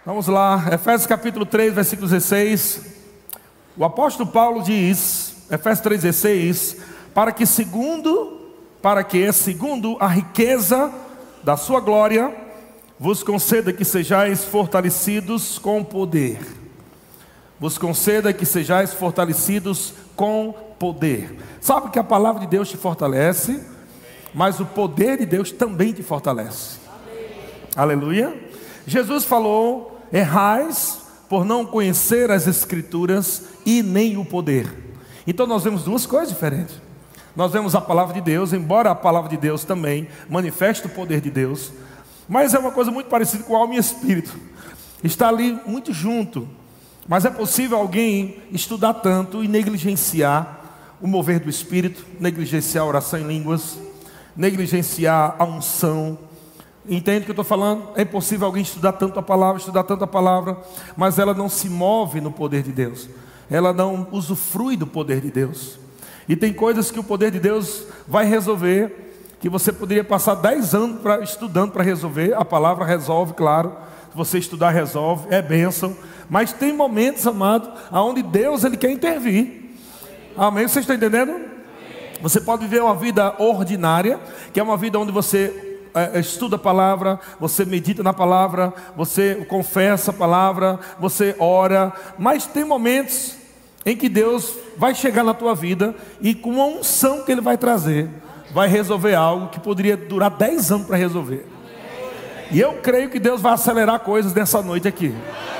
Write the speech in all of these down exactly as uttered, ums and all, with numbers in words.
Vamos lá, Efésios capítulo três, versículo dezesseis. O apóstolo Paulo diz, Efésios três, dezesseis, para que segundo, para que segundo a riqueza da sua glória, vos conceda que sejais fortalecidos com poder. Vos conceda que sejais fortalecidos com poder. Sabe que a palavra de Deus te fortalece, mas o poder de Deus também te fortalece. Aleluia. Jesus falou: errais por não conhecer as Escrituras e nem o poder. Então nós vemos duas coisas diferentes. Nós vemos a palavra de Deus, embora a palavra de Deus também manifeste o poder de Deus, mas é uma coisa muito parecida com alma e espírito. Está ali muito junto. Mas é possível alguém estudar tanto e negligenciar o mover do Espírito, negligenciar a oração em línguas, negligenciar a unção. Entende o que eu estou falando? É impossível alguém estudar tanto a palavra, estudar tanto a palavra, mas ela não se move no poder de Deus. Ela não usufrui do poder de Deus. E tem coisas que o poder de Deus vai resolver, que você poderia passar dez anos pra, estudando para resolver. A palavra resolve, claro. Se você estudar, resolve, é bênção. Mas tem momentos, amado, onde Deus ele quer intervir. Amém? Vocês estão entendendo? Você pode viver uma vida ordinária, que é uma vida onde você é, estuda a palavra, você medita na palavra, você confessa a palavra, você ora. Mas tem momentos em que Deus vai chegar na tua vida e com uma unção que Ele vai trazer, vai resolver algo que poderia durar dez anos para resolver. E eu creio que Deus vai acelerar coisas nessa noite aqui.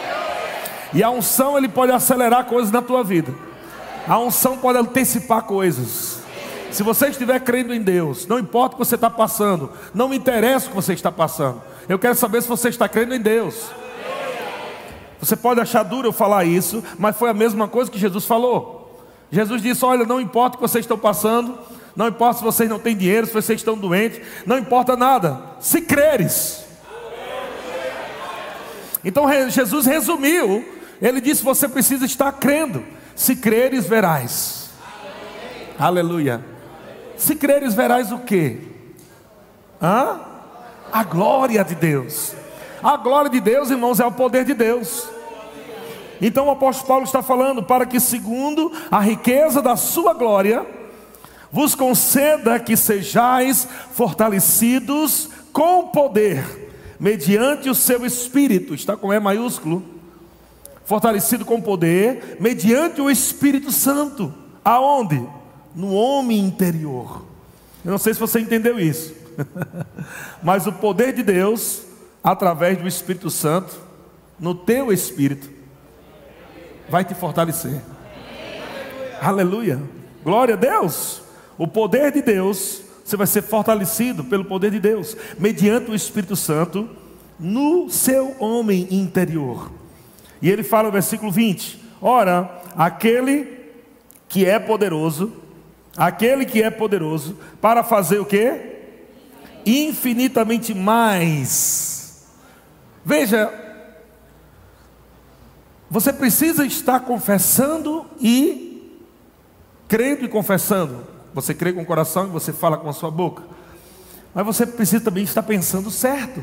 E a unção, Ele pode acelerar coisas na tua vida. A unção pode antecipar coisas. Se você estiver crendo em Deus, não importa o que você está passando, não me interessa o que você está passando, eu quero saber se você está crendo em Deus. Você pode achar duro eu falar isso, mas foi a mesma coisa que Jesus falou. Jesus disse: olha, não importa o que vocês estão passando, não importa se vocês não têm dinheiro, se vocês estão doentes, não importa nada, se creres. Então Jesus resumiu, Ele disse: você precisa estar crendo. Se creres, verás. Aleluia. Se creres, verás o quê? Hã? A glória de Deus. A glória de Deus, irmãos, é o poder de Deus. Então o apóstolo Paulo está falando: para que segundo a riqueza da sua glória, vos conceda que sejais fortalecidos com poder, mediante o seu Espírito. Está com E maiúsculo. Fortalecido com poder, mediante o Espírito Santo. Aonde? No homem interior. Eu não sei se você entendeu isso. Mas o poder de Deus, através do Espírito Santo, no teu espírito, vai te fortalecer. Aleluia. Glória a Deus. O poder de Deus, você vai ser fortalecido pelo poder de Deus, mediante o Espírito Santo, no seu homem interior. E ele fala no versículo vinte: ora, aquele que é poderoso, aquele que é poderoso, para fazer o quê? Infinitamente mais. Veja, você precisa estar confessando e crendo e confessando. Você crê com o coração e você fala com a sua boca. Mas você precisa também estar pensando certo.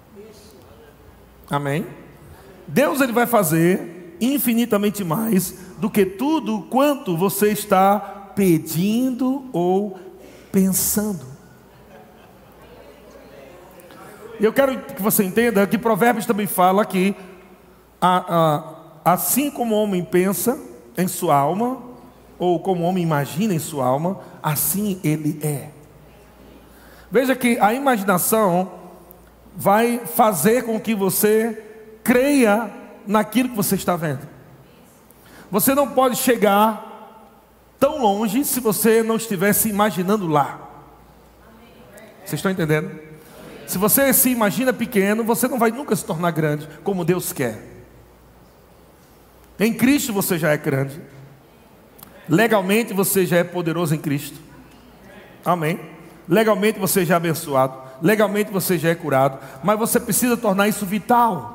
Amém? Deus ele vai fazer infinitamente mais do que tudo quanto você está pedindo ou pensando. E eu quero que você entenda que Provérbios também fala que a, a, assim como o homem pensa em sua alma, ou como o homem imagina em sua alma, assim ele é. Veja que a imaginação vai fazer com que você creia naquilo que você está vendo. Você não pode chegar tão longe se você não estiver se imaginando lá. Vocês estão entendendo? Se você se imagina pequeno, você não vai nunca se tornar grande como Deus quer. Em Cristo você já é grande. Legalmente você já é poderoso em Cristo. Amém. Legalmente você já é abençoado. Legalmente você já é curado. Mas você precisa tornar isso vital.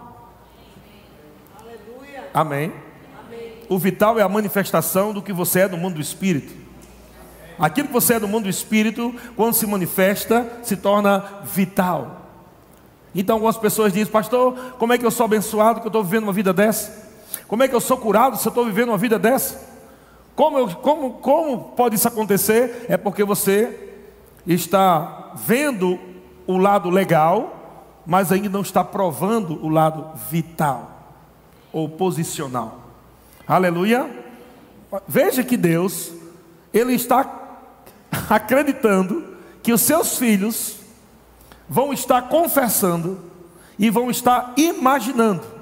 Amém. O vital é a manifestação do que você é no mundo do Espírito. Aquilo que você é no mundo do Espírito, quando se manifesta, se torna vital. Então algumas pessoas dizem: pastor, como é que eu sou abençoado que eu estou vivendo uma vida dessa? Como é que eu sou curado se eu estou vivendo uma vida dessa? Como, eu, como, como pode isso acontecer? É porque você está vendo o lado legal, mas ainda não está provando o lado vital ou posicional. Aleluia. Veja que Deus, Ele está acreditando que os seus filhos vão estar confessando e vão estar imaginando.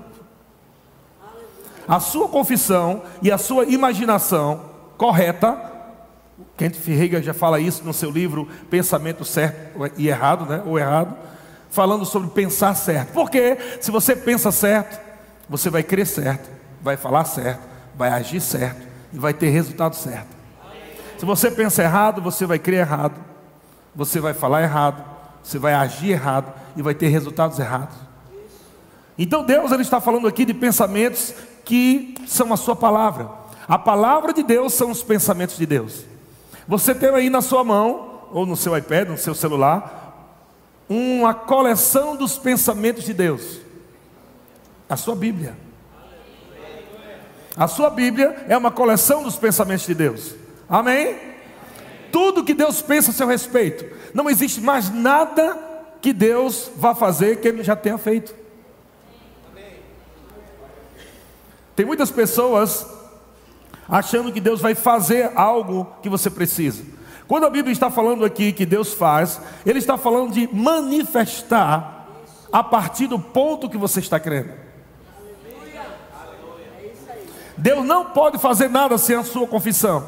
A sua confissão e a sua imaginação correta, Kent Ferreira já fala isso no seu livro Pensamento Certo e Errado, né? Ou Errado, falando sobre pensar certo. Porque se você pensa certo, você vai crer certo, vai falar certo, vai agir certo e vai ter resultado certo. Se você pensa errado, você vai crer errado, você vai falar errado, você vai agir errado e vai ter resultados errados. Então Deus, Ele está falando aqui de pensamentos que são a sua palavra. A palavra de Deus são os pensamentos de Deus. Você tem aí na sua mão, ou no seu iPad, no seu celular, uma coleção dos pensamentos de Deus. A sua Bíblia. A sua Bíblia é uma coleção dos pensamentos de Deus. Amém? Tudo que Deus pensa a seu respeito. Não existe mais nada que Deus vá fazer que Ele já tenha feito. Tem muitas pessoas achando que Deus vai fazer algo que você precisa. Quando a Bíblia está falando aqui que Deus faz, Ele está falando de manifestar a partir do ponto que você está crendo. Deus não pode fazer nada sem a sua confissão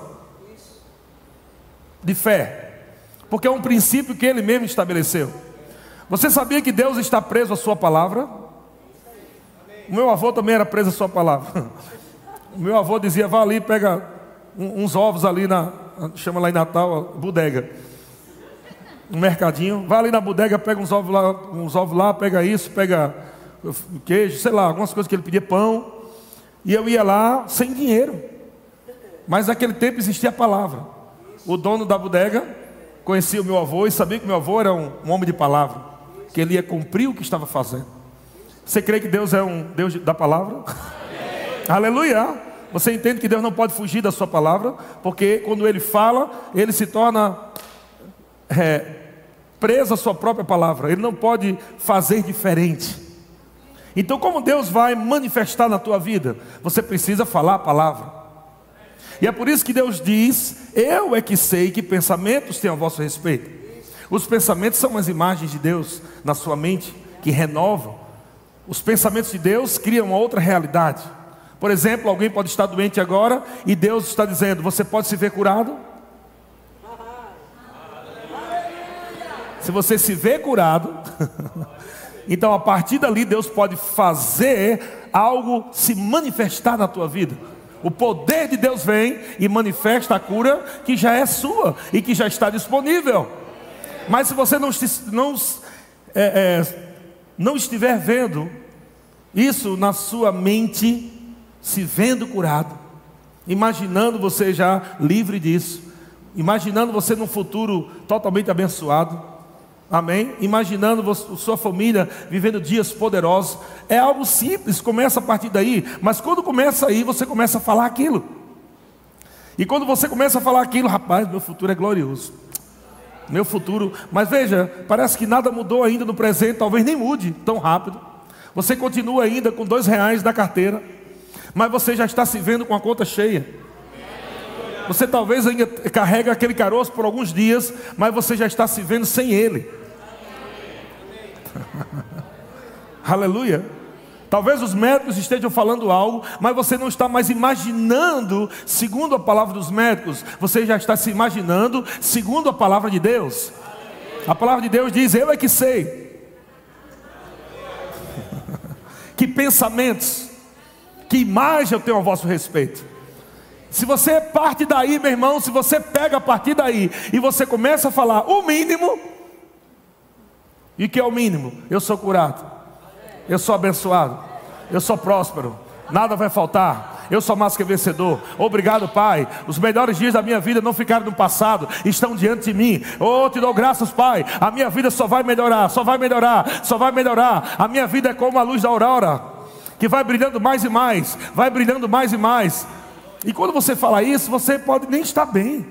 de fé, porque é um princípio que Ele mesmo estabeleceu. Você sabia que Deus está preso à sua palavra? O meu avô também era preso à sua palavra. O meu avô dizia: vá ali, pega uns ovos ali na, chama lá em Natal, a bodega, um mercadinho, vai ali na bodega, pega uns ovos lá, uns ovos lá, pega isso, pega queijo, sei lá, algumas coisas que ele pedia, pão. E eu ia lá sem dinheiro, mas naquele tempo existia a palavra. O dono da bodega conhecia o meu avô e sabia que meu avô era um, um homem de palavra, que ele ia cumprir o que estava fazendo. Você crê que Deus é um Deus da palavra? Aleluia! Você entende que Deus não pode fugir da sua palavra, porque quando Ele fala, Ele se torna é, preso à sua própria palavra. Ele não pode fazer diferente. Então, como Deus vai manifestar na tua vida? Você precisa falar a palavra. E é por isso que Deus diz: eu é que sei que pensamentos têm a vosso respeito. Os pensamentos são as imagens de Deus na sua mente, que renovam. Os pensamentos de Deus criam uma outra realidade. Por exemplo, alguém pode estar doente agora e Deus está dizendo: você pode se ver curado? Se você se vê curado, então a partir dali Deus pode fazer algo se manifestar na tua vida. O poder de Deus vem e manifesta a cura que já é sua e que já está disponível. Mas se você não, não, é, é, não estiver vendo isso na sua mente, se vendo curado, imaginando você já livre disso, imaginando você num futuro totalmente abençoado, amém? Imaginando você, sua família vivendo dias poderosos, é algo simples, começa a partir daí. Mas quando começa aí, você começa a falar aquilo. E quando você começa a falar aquilo, rapaz, meu futuro é glorioso, meu futuro. Mas veja, parece que nada mudou ainda no presente, talvez nem mude tão rápido. Você continua ainda com dois reais na carteira, mas você já está se vendo com a conta cheia. Você talvez ainda carrega aquele caroço por alguns dias, mas você já está se vendo sem ele. Aleluia. Talvez os médicos estejam falando algo, mas você não está mais imaginando segundo a palavra dos médicos. Você já está se imaginando segundo a palavra de Deus. A palavra de Deus diz: eu é que sei que pensamentos, que imagem eu tenho a vosso respeito. Se você parte daí, meu irmão, se você pega a partir daí e você começa a falar o mínimo. E o que é o mínimo? Eu sou curado, eu sou abençoado, eu sou próspero, nada vai faltar, eu sou mais que vencedor. Obrigado, Pai. Os melhores dias da minha vida não ficaram no passado, estão diante de mim. Oh, te dou graças, Pai. A minha vida só vai melhorar, só vai melhorar, só vai melhorar. A minha vida é como a luz da aurora, que vai brilhando mais e mais, vai brilhando mais e mais. E quando você fala isso, você pode nem estar bem.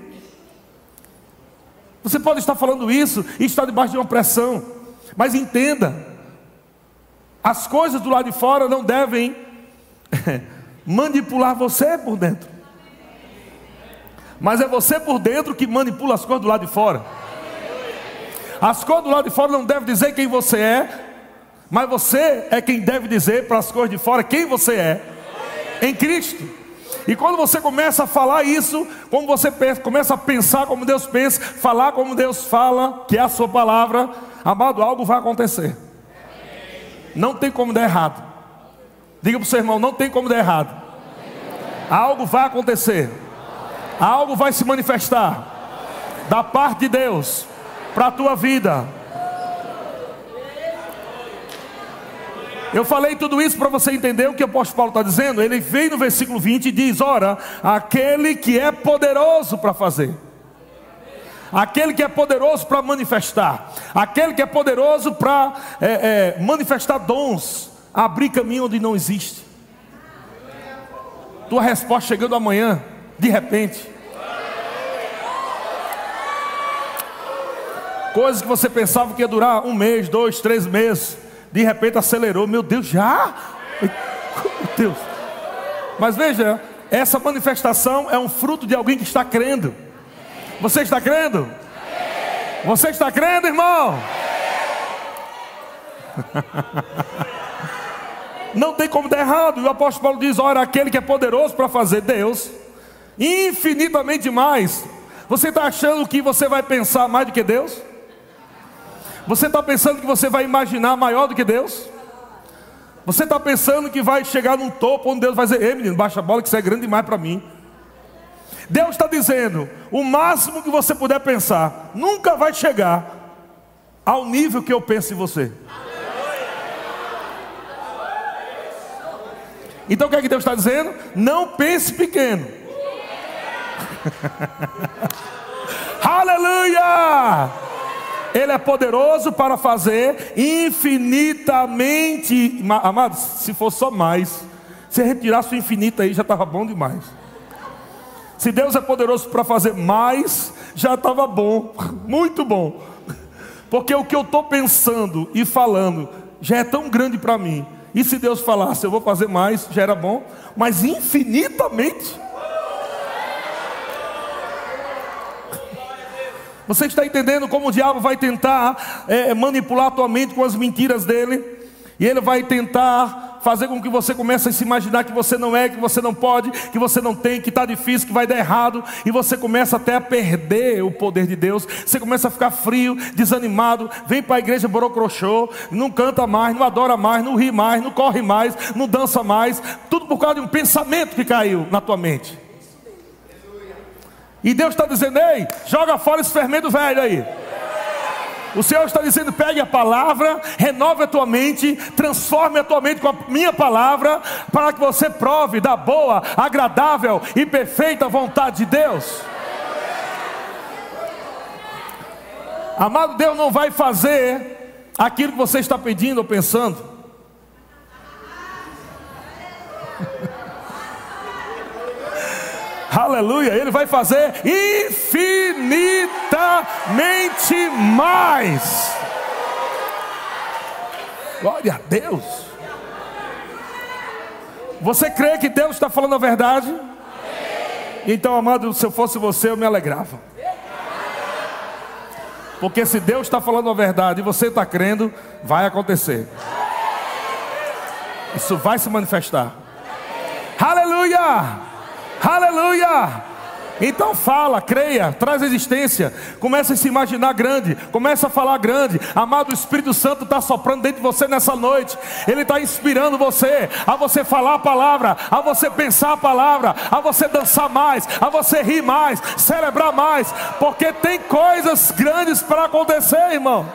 Você pode estar falando isso e estar debaixo de uma pressão. Mas entenda, as coisas do lado de fora não devem manipular você por dentro. Mas é você por dentro que manipula as coisas do lado de fora. As coisas do lado de fora não devem dizer quem você é, mas você é quem deve dizer para as coisas de fora quem você é em Cristo. E quando você começa a falar isso, como você pensa, começa a pensar como Deus pensa, falar como Deus fala, que é a sua palavra, amado, algo vai acontecer. Não tem como dar errado. Diga para o seu irmão, não tem como dar errado. Algo vai acontecer. Algo vai se manifestar da parte de Deus para a tua vida. Eu falei tudo isso para você entender o que o apóstolo Paulo está dizendo. Ele vem no versículo vinte e diz: ora, aquele que é poderoso para fazer, aquele que é poderoso para manifestar, aquele que é poderoso para é, é, manifestar dons, abrir caminho onde não existe. Tua resposta chegando amanhã, de repente. Coisas que você pensava que ia durar um mês, dois, três meses, de repente acelerou. Meu Deus, já? Meu Deus. Mas veja, essa manifestação é um fruto de alguém que está crendo. Você está crendo? Você está crendo, irmão? Não tem como dar errado. E o apóstolo Paulo diz: ora, aquele que é poderoso para fazer, Deus, infinitamente mais. Você está achando que você vai pensar mais do que Deus? Você está pensando que você vai imaginar maior do que Deus? Você está pensando que vai chegar num topo onde Deus vai dizer: ei menino, baixa a bola que isso é grande demais para mim. Deus está dizendo: o máximo que você puder pensar nunca vai chegar ao nível que eu penso em você. Então o que é que Deus está dizendo? Não pense pequeno. Aleluia! Ele é poderoso para fazer infinitamente. Amados, se for só mais, se retirasse o infinito aí, já estava bom demais. Se Deus é poderoso para fazer mais, já estava bom, muito bom. Porque o que eu estou pensando e falando já é tão grande para mim. E se Deus falasse, eu vou fazer mais, já era bom. Mas infinitamente. Você está entendendo como o diabo vai tentar é, manipular a tua mente com as mentiras dele? E ele vai tentar fazer com que você comece a se imaginar que você não é, que você não pode, que você não tem, que está difícil, que vai dar errado. E você começa até a perder o poder de Deus. Você começa a ficar frio, desanimado. Vem para a igreja borocrochô, não canta mais, não adora mais, não ri mais, não corre mais, não dança mais. Tudo por causa de um pensamento que caiu na tua mente. E Deus está dizendo: ei, joga fora esse fermento velho aí. O Senhor está dizendo: pegue a palavra, renove a tua mente, transforme a tua mente com a minha palavra, para que você prove da boa, agradável e perfeita vontade de Deus. Amado, Deus não vai fazer aquilo que você está pedindo ou pensando. Aleluia, Ele vai fazer infinitamente mais. Glória a Deus. Você crê que Deus está falando a verdade? Então, amado, se eu fosse você, eu me alegrava. Porque se Deus está falando a verdade e você está crendo, vai acontecer. Isso vai se manifestar. Aleluia! Aleluia! Então fala, creia, traz existência. Começa a se imaginar grande, começa a falar grande. Amado, o Espírito Santo está soprando dentro de você nessa noite. Ele está inspirando você a você falar a palavra, a você pensar a palavra, a você dançar mais, a você rir mais, celebrar mais. Porque tem coisas grandes para acontecer, irmão.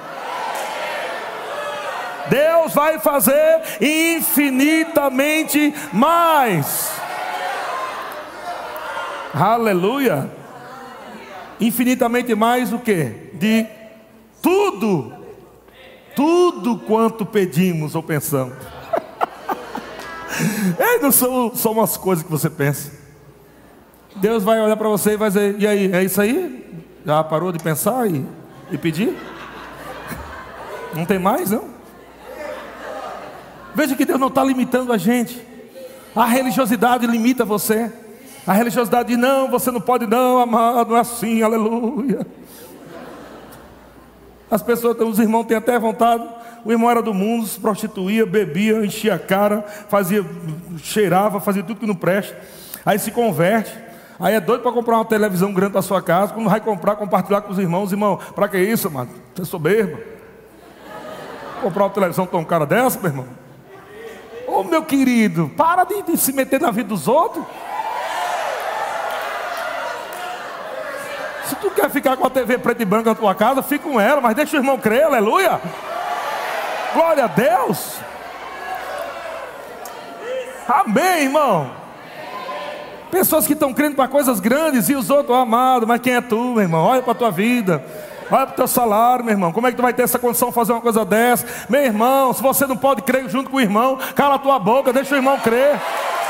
Deus vai fazer infinitamente mais. Aleluia. Infinitamente mais o quê? De tudo, tudo quanto pedimos ou pensamos. Ei, não são só umas coisas que você pensa. Deus vai olhar para você e vai dizer: e aí, é isso aí? Já parou de pensar e, e pedir? Não tem mais, não? Veja que Deus não está limitando a gente. A religiosidade limita você. A religiosidade diz: não, você não pode não, amado, não é assim, aleluia. As pessoas, os irmãos têm até vontade. O irmão era do mundo, se prostituía, bebia, enchia a cara, fazia, cheirava, fazia tudo que não presta. Aí se converte, aí é doido para comprar uma televisão grande para sua casa. Quando vai comprar, compartilhar com os irmãos: irmão, para que isso, mano? Você é soberbo. Comprar uma televisão tão cara dessa, meu irmão? Ô, meu querido, para de, de se meter na vida dos outros. Se tu quer ficar com a T V preta e branca na tua casa, fica com ela, mas deixa o irmão crer, aleluia. Glória a Deus. Amém, irmão. Pessoas que estão crendo para coisas grandes e os outros: oh, amado, mas quem é tu, meu irmão? Olha para a tua vida, olha para o teu salário, meu irmão. Como é que tu vai ter essa condição de fazer uma coisa dessa? Meu irmão, se você não pode crer junto com o irmão, cala a tua boca, deixa o irmão crer.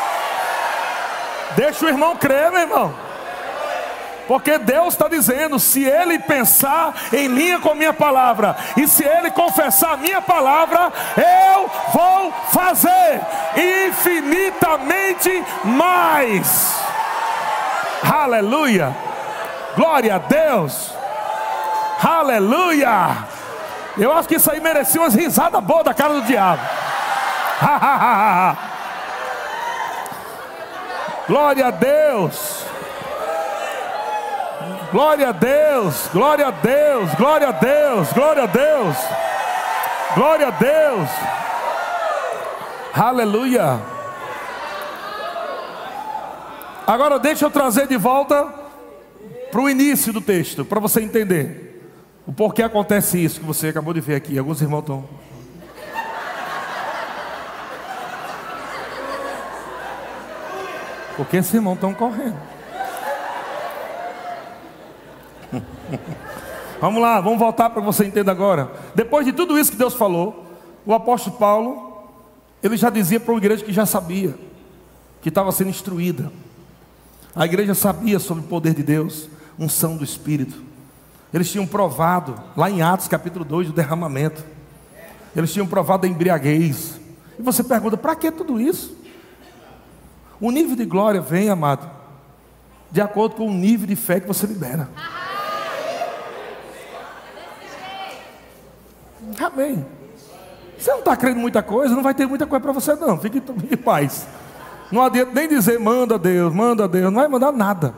Deixa o irmão crer, meu irmão. Porque Deus está dizendo: se ele pensar em linha com a minha palavra, e se ele confessar a minha palavra, eu vou fazer infinitamente mais. Aleluia. Glória a Deus. Aleluia. Eu acho que isso aí merecia umas risadas boas da cara do diabo. Glória a Deus. Glória a Deus, glória a Deus, glória a Deus, glória a Deus, glória a Deus, aleluia. Agora deixa eu trazer de volta para o início do texto, para você entender o porquê acontece isso que você acabou de ver aqui. Alguns irmãos estão... Porque esses irmãos estão correndo. Vamos lá, vamos voltar para que você entenda agora. Depois de tudo isso que Deus falou, o apóstolo Paulo, ele já dizia para uma igreja que já sabia, que estava sendo instruída. A igreja sabia sobre o poder de Deus, unção do Espírito. Eles tinham provado, lá em Atos capítulo dois, o derramamento. Eles tinham provado a embriaguez. E você pergunta: para que tudo isso? O nível de glória vem, amado, de acordo com o nível de fé que você libera. Amém. Você não está crendo muita coisa, não vai ter muita coisa para você não. Fique, fique em paz. Não adianta nem dizer: manda Deus, manda Deus. Não vai mandar nada.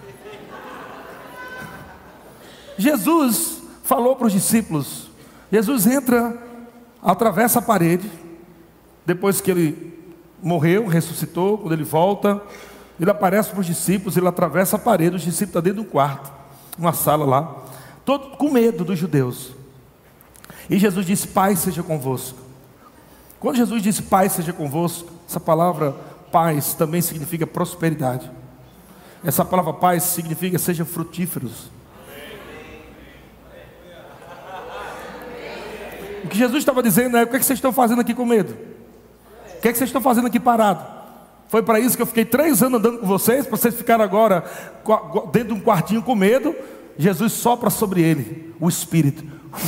Jesus falou para os discípulos. Jesus entra, atravessa a parede. Depois que ele morreu, ressuscitou, quando ele volta, ele aparece para os discípulos. Ele atravessa a parede. Os discípulos estão dentro de um quarto, uma sala lá, todo com medo dos judeus. E Jesus disse: paz seja convosco. Quando Jesus disse paz seja convosco, essa palavra paz também significa prosperidade. Essa palavra paz significa sejam frutíferos. O que Jesus estava dizendo é: o que, é que vocês estão fazendo aqui com medo? O que, é que vocês estão fazendo aqui parado? Foi para isso que eu fiquei três anos andando com vocês, para vocês ficarem agora dentro de um quartinho com medo. Jesus sopra sobre ele o Espírito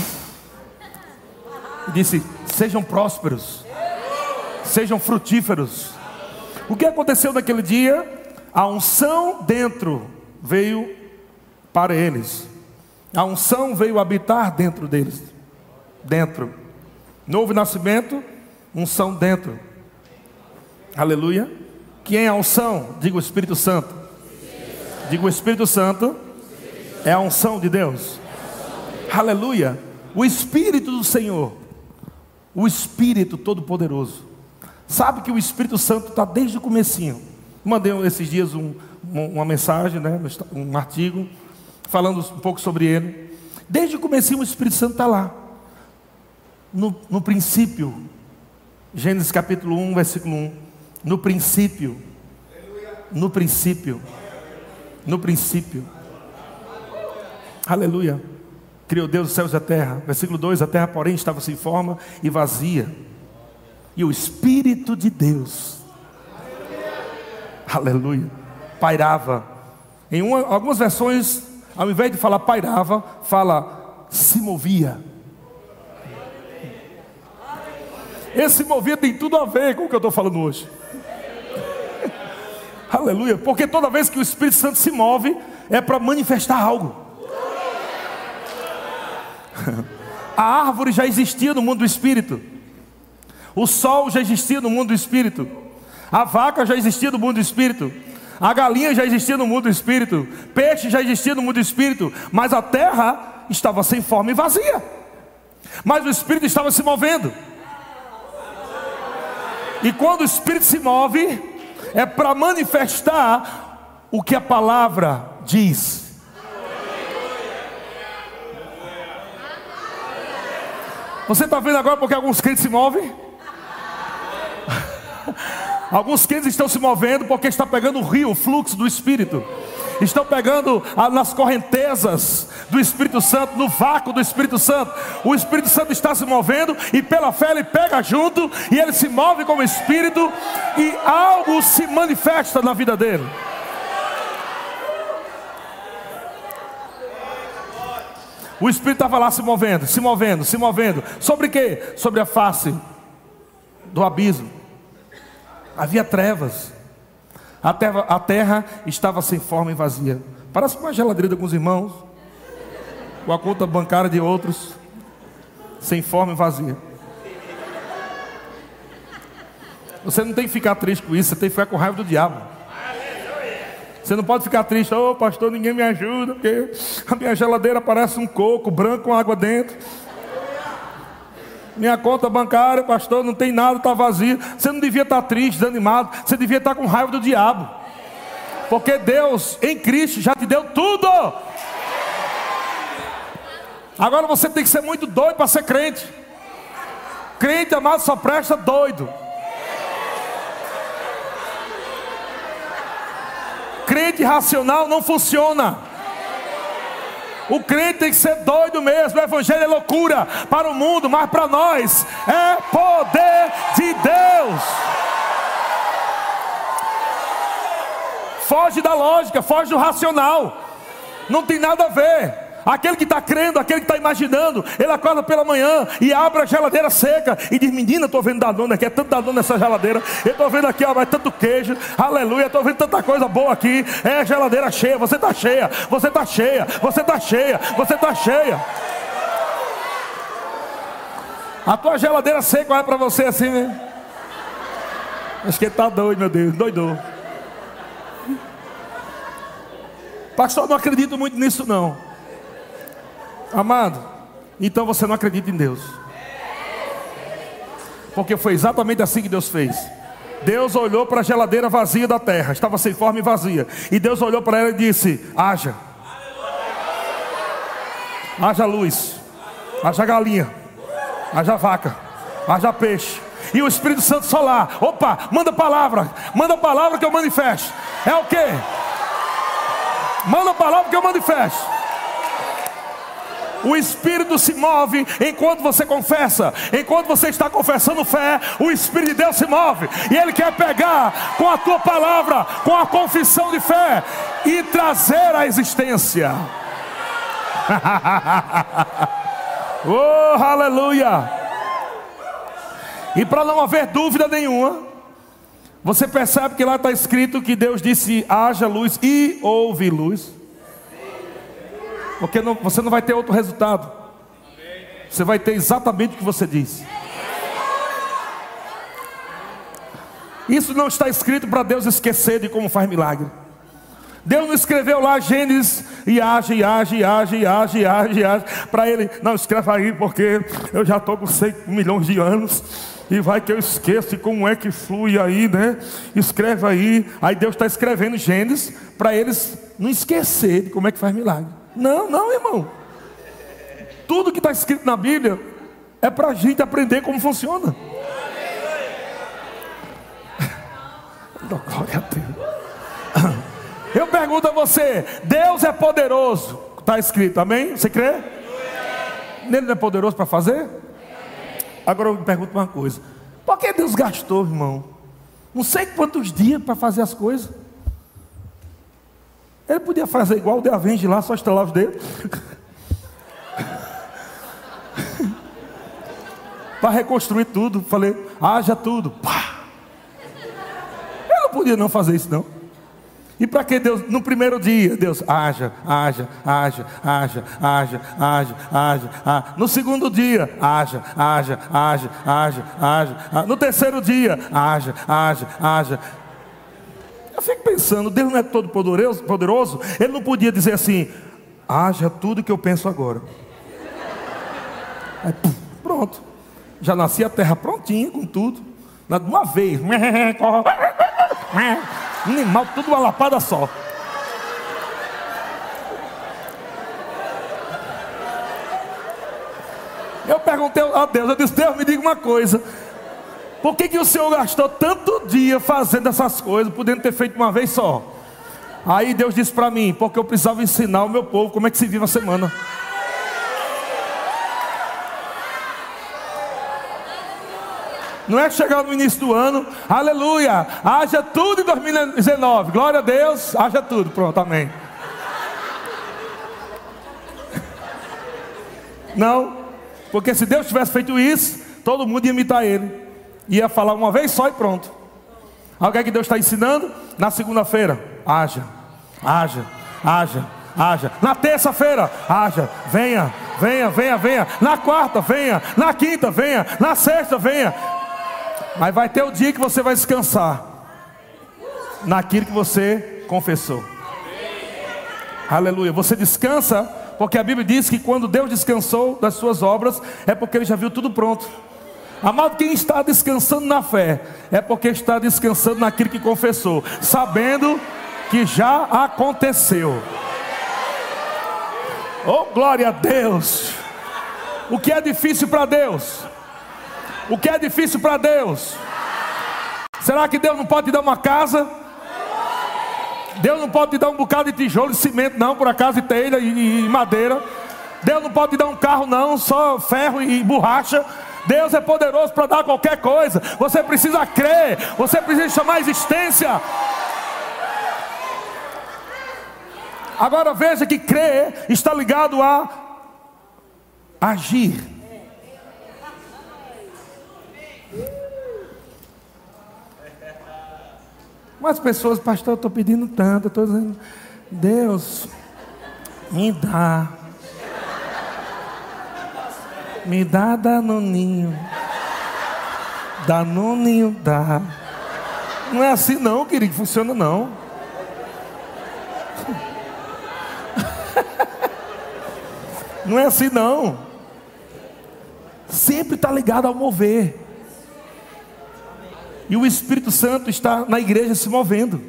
e disse: sejam prósperos, sejam frutíferos. O que aconteceu naquele dia? A unção dentro veio para eles. A unção veio habitar dentro deles. Dentro. Novo nascimento, unção dentro. Aleluia. Quem é a unção? Diga o Espírito Santo. Diga o Espírito Santo. É a unção de Deus. Aleluia. O Espírito do Senhor, o Espírito Todo-Poderoso. Sabe que o Espírito Santo está desde o comecinho. Mandei esses dias um, uma mensagem, né, um artigo, falando um pouco sobre ele. Desde o comecinho o Espírito Santo está lá. No, no princípio, Gênesis capítulo um, versículo um. No princípio, no princípio, no princípio. Aleluia. Criou Deus os céus e a terra. Versículo dois, a terra porém estava sem forma e vazia, e o Espírito de Deus, aleluia, pairava. Em uma, algumas versões, ao invés de falar pairava, fala se movia. Esse movia tem tudo a ver com o que eu estou falando hoje. Aleluia, porque toda vez que o Espírito Santo se move, é para manifestar algo. A árvore já existia no mundo do Espírito. O sol já existia no mundo do Espírito. A vaca já existia no mundo do Espírito. A galinha já existia no mundo do Espírito. Peixe já existia no mundo do Espírito. Mas a terra estava sem forma e vazia. Mas o Espírito estava se movendo. E quando o Espírito se move, é para manifestar o que a palavra diz. Você está vendo agora porque alguns crentes se movem? Alguns crentes estão se movendo porque está pegando o rio, o fluxo do Espírito. Estão pegando a, nas correntezas do Espírito Santo, no vácuo do Espírito Santo. O Espírito Santo está se movendo e pela fé ele pega junto e ele se move como Espírito e algo se manifesta na vida dele. O Espírito estava lá se movendo, se movendo, se movendo. Sobre quê? Sobre a face do abismo. Havia trevas. A terra, a terra estava sem forma e vazia. Parece uma geladeira de alguns irmãos, com a conta bancária de outros, sem forma e vazia. Você não tem que ficar triste com isso, você tem que ficar com raiva do diabo. Você não pode ficar triste, ô oh, pastor, ninguém me ajuda, porque a minha geladeira parece um coco branco com água dentro. Minha conta bancária, pastor, não tem nada, está vazia. Você não devia estar triste, desanimado, você devia estar com raiva do diabo. Porque Deus, em Cristo, já te deu tudo. Agora você tem que ser muito doido para ser crente. Crente, amado, só presta doido. Crente racional não funciona. O crente tem que ser doido mesmo. O evangelho é loucura para o mundo, mas para nós é poder de Deus. Foge da lógica, foge do racional. Não tem nada a ver. Aquele que está crendo, aquele que está imaginando, ele acorda pela manhã e abre a geladeira seca e diz: menina, estou vendo Danone aqui, é tanto Danone nessa geladeira. Eu estou vendo aqui, ó, é tanto queijo, aleluia, estou vendo tanta coisa boa aqui. É a geladeira cheia, você está cheia, você está cheia, você está cheia, você está cheia. A tua geladeira seca olha para você assim, né? Acho que ele está doido, meu Deus, doidou. Pastor, não acredito muito nisso não. Amado, então você não acredita em Deus. Porque foi exatamente assim que Deus fez. Deus olhou para a geladeira vazia da terra, estava sem forma e vazia. E Deus olhou para ela e disse: haja. Haja luz, haja galinha, haja vaca, haja peixe. E o Espírito Santo só lá, opa, manda palavra, manda palavra que eu manifesto. É o quê? Manda palavra que eu manifesto. O Espírito se move enquanto você confessa. Enquanto você está confessando fé, o Espírito de Deus se move. E Ele quer pegar com a tua palavra, com a confissão de fé, e trazer à existência. Oh, aleluia. E para não haver dúvida nenhuma, você percebe que lá está escrito que Deus disse: haja luz, e houve luz. Porque não, você não vai ter outro resultado. Você vai ter exatamente o que você disse. Isso não está escrito para Deus esquecer de como faz milagre. Deus não escreveu lá Gênesis e age, e age, e age, e age, e age, e age. Para ele, não, escreva aí porque eu já estou com cem milhões de anos. E vai que eu esqueço de como é que flui aí, né? Escreve aí. Aí Deus está escrevendo Gênesis para eles não esquecer de como é que faz milagre. Não, não, irmão. Tudo que está escrito na Bíblia é para a gente aprender como funciona. Glória a Deus. Eu pergunto a você, Deus é poderoso, está escrito, amém? Você crê? Ele não é poderoso para fazer? Agora eu me pergunto uma coisa, por que Deus gastou, irmão, não sei quantos dias para fazer as coisas? Ele podia fazer igual o de Avenge lá, só estalar os dedos. Para reconstruir tudo. Falei, haja tudo. Pá. Ele não podia não fazer isso não. E para que Deus, no primeiro dia, Deus, haja, haja, haja, haja, haja, haja, haja, haja. No segundo dia, haja, haja, haja, haja, haja. No terceiro dia, haja, haja, haja. Eu fico pensando, Deus não é todo poderoso, poderoso? Ele não podia dizer assim, haja tudo que eu penso agora. Aí, pum, pronto. Já nasci a terra prontinha com tudo. De uma vez. Animal, tudo uma lapada só. Eu perguntei a Deus, eu disse, Deus, me diga uma coisa. Por que que o Senhor gastou tanto dia fazendo essas coisas, podendo ter feito uma vez só? Aí Deus disse para mim, porque eu precisava ensinar o meu povo como é que se vive a semana. Não é chegar no início do ano, aleluia, haja tudo em dois mil e dezenove, glória a Deus, haja tudo, pronto, amém. Não, porque se Deus tivesse feito isso, todo mundo ia imitar Ele. Ia falar uma vez só e pronto. Alguém que Deus está ensinando? Na segunda-feira, haja, haja, haja, haja. Na terça-feira, haja, venha, venha, venha, venha. Na quarta, venha. Na quinta, venha. Na sexta, venha. Mas vai ter o dia que você vai descansar naquilo que você confessou. Aleluia. Você descansa porque a Bíblia diz que quando Deus descansou das suas obras, é porque Ele já viu tudo pronto. Amado, quem está descansando na fé é porque está descansando naquilo que confessou, sabendo que já aconteceu. Oh, glória a Deus. O que é difícil para Deus? O que é difícil para Deus? Será que Deus não pode te dar uma casa? Deus não pode te dar um bocado de tijolo, de cimento não, por acaso, e telha e, e madeira. Deus não pode te dar um carro não, só ferro e borracha. Deus é poderoso para dar qualquer coisa. Você precisa crer, você precisa chamar a existência. Agora veja que crer está ligado a agir. Mas pessoas, pastor, eu estou pedindo tanto, eu estou dizendo, Deus, me dá. Me dá danoninho. Danoninho dá. Não é assim não, querido, funciona não. Não é assim não. Sempre está ligado ao mover. E o Espírito Santo está na igreja se movendo.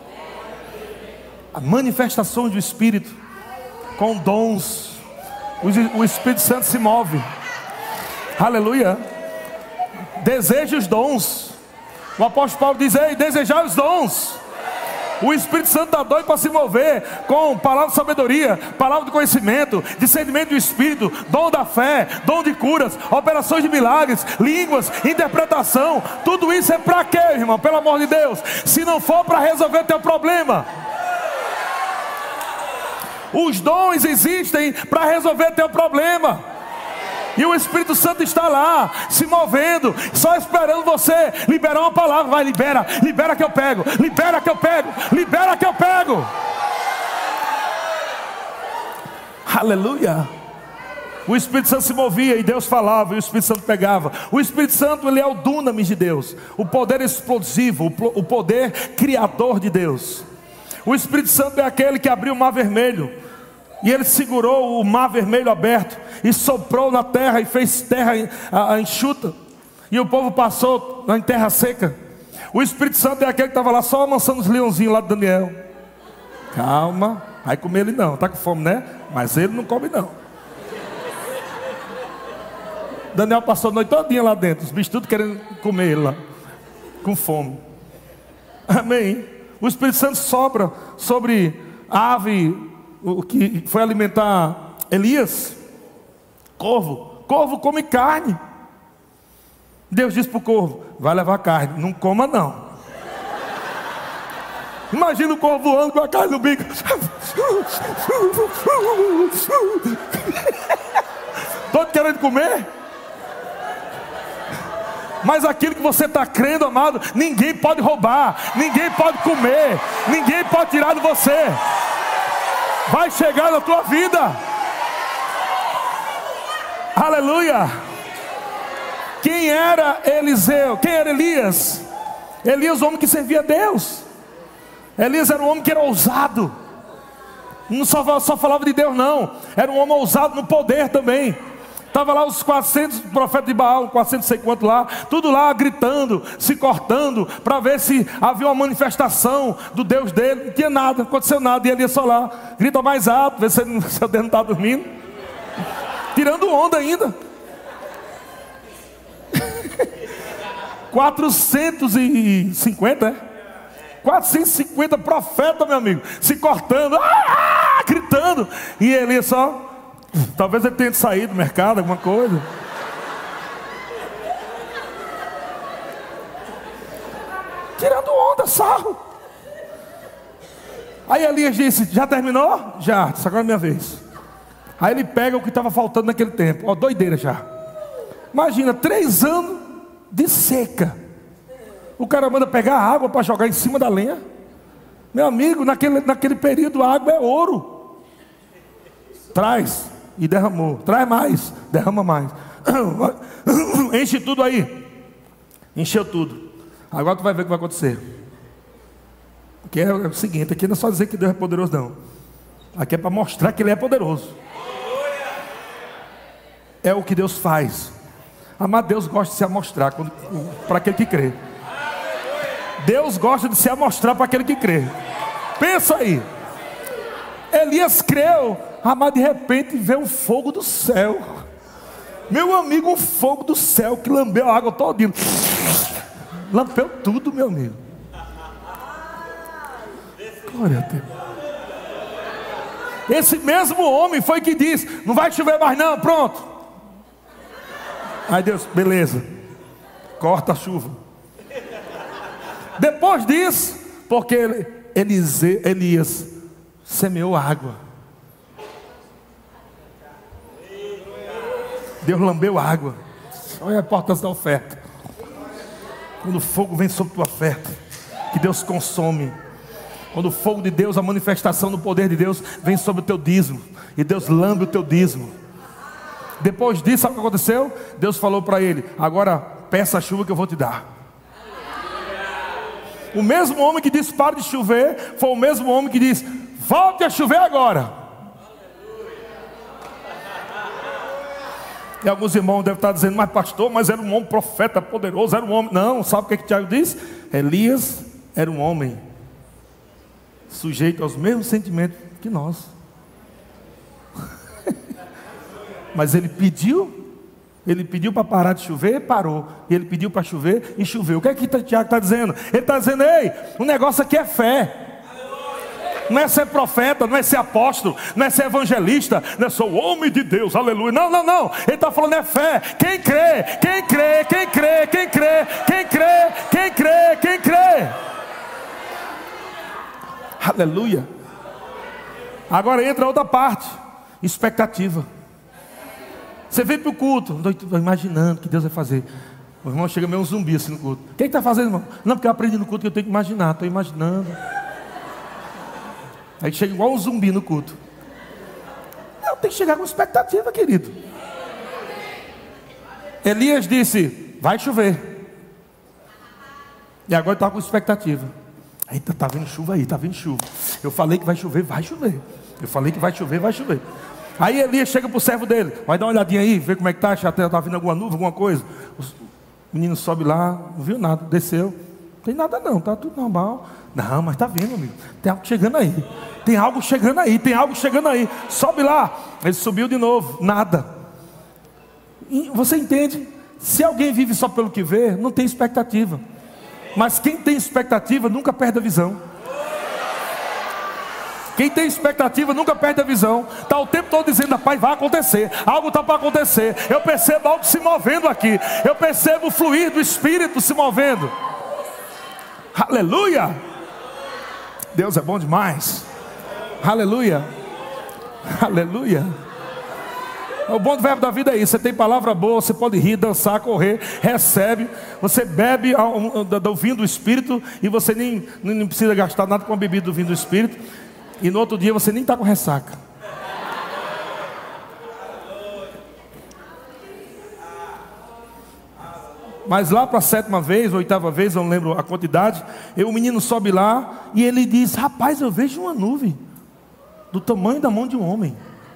A manifestação do Espírito com dons. O Espírito Santo se move. Aleluia. Deseja os dons. O apóstolo Paulo diz, ei, desejar os dons. O Espírito Santo está doido para se mover com palavra de sabedoria, palavra de conhecimento, discernimento do Espírito, dom da fé, dom de curas, operações de milagres, línguas, interpretação. Tudo isso é para quê, irmão? Pelo amor de Deus. Se não for para resolver teu problema. Os dons existem para resolver teu problema. E o Espírito Santo está lá, se movendo, só esperando você liberar uma palavra. Vai, libera, libera que eu pego, libera que eu pego, libera que eu pego. Aleluia. O Espírito Santo se movia e Deus falava e o Espírito Santo pegava. O Espírito Santo, ele é o dunamis de Deus, o poder explosivo, o poder criador de Deus. O Espírito Santo é aquele que abriu o mar vermelho. E ele segurou o mar vermelho aberto e soprou na terra e fez terra enxuta. E o povo passou em terra seca. O Espírito Santo é aquele que estava lá só amansando os leãozinhos lá de Daniel. Calma, vai comer ele não, está com fome, né? Mas ele não come não. Daniel passou a noite todinha lá dentro, os bichos tudo querendo comer ele lá, com fome. Amém. O Espírito Santo sopra sobre a ave, o que foi alimentar Elias. Corvo, corvo come carne. Deus disse para o corvo: vai levar carne, não coma não. Imagina o corvo voando com a carne no bico. Todo querendo comer. Mas aquilo que você está crendo, amado, ninguém pode roubar, ninguém pode comer, ninguém pode tirar de você. Vai chegar na tua vida. Aleluia. Quem era Eliseu? Quem era Elias? Elias, o homem que servia a Deus. Elias era um homem que era ousado. Não só, só falava de Deus não. Era um homem ousado no poder também. Estava lá os quatrocentos profetas de Baal, quatrocentos não sei quanto lá, tudo lá gritando, se cortando, para ver se havia uma manifestação do Deus dele. Não tinha nada, não aconteceu nada. E ele ia só lá, grita mais alto, vê se seu Deus não está dormindo. Tirando onda ainda. quatrocentos e cinquenta, é? quatrocentos e cinquenta profetas, meu amigo, se cortando, ah, gritando. E ele ia só... Talvez ele tenha saído do mercado, alguma coisa. Tirando onda, sarro. Aí Elias disse: já terminou? Já, disse, agora é minha vez. Aí ele pega o que estava faltando naquele tempo. Ó, doideira já. Imagina, três anos de seca. O cara manda pegar água para jogar em cima da lenha. Meu amigo, naquele, naquele período a água é ouro. Traz. E derramou. Traz mais. Derrama mais. Enche tudo aí. Encheu tudo. Agora tu vai ver o que vai acontecer. Porque é o seguinte: aqui não é só dizer que Deus é poderoso não. Aqui é para mostrar que Ele é poderoso. É o que Deus faz. Amado, Deus gosta de se amostrar para aquele que crê. Deus gosta de se amostrar para aquele que crê. Pensa aí. Elias creu. Amado, de repente veio um fogo do céu. Meu amigo, um fogo do céu que lambeu a água todinha. Lampeu tudo, meu amigo. Glória a Deus. Esse mesmo homem foi que disse: não vai chover mais não, pronto. Aí Deus, beleza, corta a chuva. Depois disso, porque Eliseu, Elias semeou água, Deus lambeu água. Olha a importância da oferta. Quando o fogo vem sobre tua oferta, que Deus consome. Quando o fogo de Deus, a manifestação do poder de Deus vem sobre o teu dízimo, e Deus lambe o teu dízimo. Depois disso, sabe o que aconteceu? Deus falou para ele: agora peça a chuva que eu vou te dar. O mesmo homem que disse para de chover foi o mesmo homem que disse: volte a chover agora. E alguns irmãos devem estar dizendo: mas pastor, mas era um homem profeta poderoso, era um homem. Não, sabe o que, é que Tiago diz? Elias era um homem sujeito aos mesmos sentimentos que nós. Mas ele pediu, ele pediu para parar de chover, parou. E ele pediu para chover e choveu. O que é que Tiago está dizendo? Ele está dizendo: ei, o negócio aqui é fé. Não é ser profeta, não é ser apóstolo, não é ser evangelista, não é só o homem de Deus, aleluia. Não, não, não. Ele está falando é fé. Quem crê, quem crê, quem crê, quem crê, quem crê, quem crê, quem crê. Aleluia. Agora entra outra parte: expectativa. Você vem para o culto, estou imaginando o que Deus vai fazer. O irmão chega meio um zumbi assim no culto. O que está fazendo, irmão? Não, porque eu aprendi no culto que eu tenho que imaginar. Estou imaginando. Aí chega igual um zumbi no culto. Não, tem que chegar com expectativa, querido. Elias disse: vai chover. E agora está com expectativa. Eita, está vindo chuva aí, está vindo chuva. Eu falei que vai chover, vai chover. Eu falei que vai chover, vai chover. Aí Elias chega para o servo dele: vai dar uma olhadinha aí, ver como é que está, já está vindo alguma nuvem, alguma coisa. O menino sobe lá, não viu nada, desceu. Não tem nada não, está tudo normal. Não, mas está vindo, amigo. Tem algo chegando aí. Tem algo chegando aí, tem algo chegando aí. Sobe lá. Ele subiu de novo, nada. E você entende? Se alguém vive só pelo que vê, não tem expectativa. Mas quem tem expectativa nunca perde a visão. Quem tem expectativa nunca perde a visão. Está o tempo todo dizendo: rapaz, vai acontecer, algo está para acontecer. Eu percebo algo se movendo aqui. Eu percebo o fluir do Espírito se movendo. Aleluia! Deus é bom demais. Aleluia! Aleluia! O bom do verbo da vida é isso. Você tem palavra boa, você pode rir, dançar, correr, recebe. Você bebe do vinho do Espírito e você nem, nem precisa gastar nada com a bebida do vinho do Espírito. E no outro dia você nem está com ressaca. Mas lá para a sétima vez, oitava vez, eu não lembro a quantidade, eu, o menino sobe lá e ele diz: rapaz, eu vejo uma nuvem do tamanho da mão de um homem.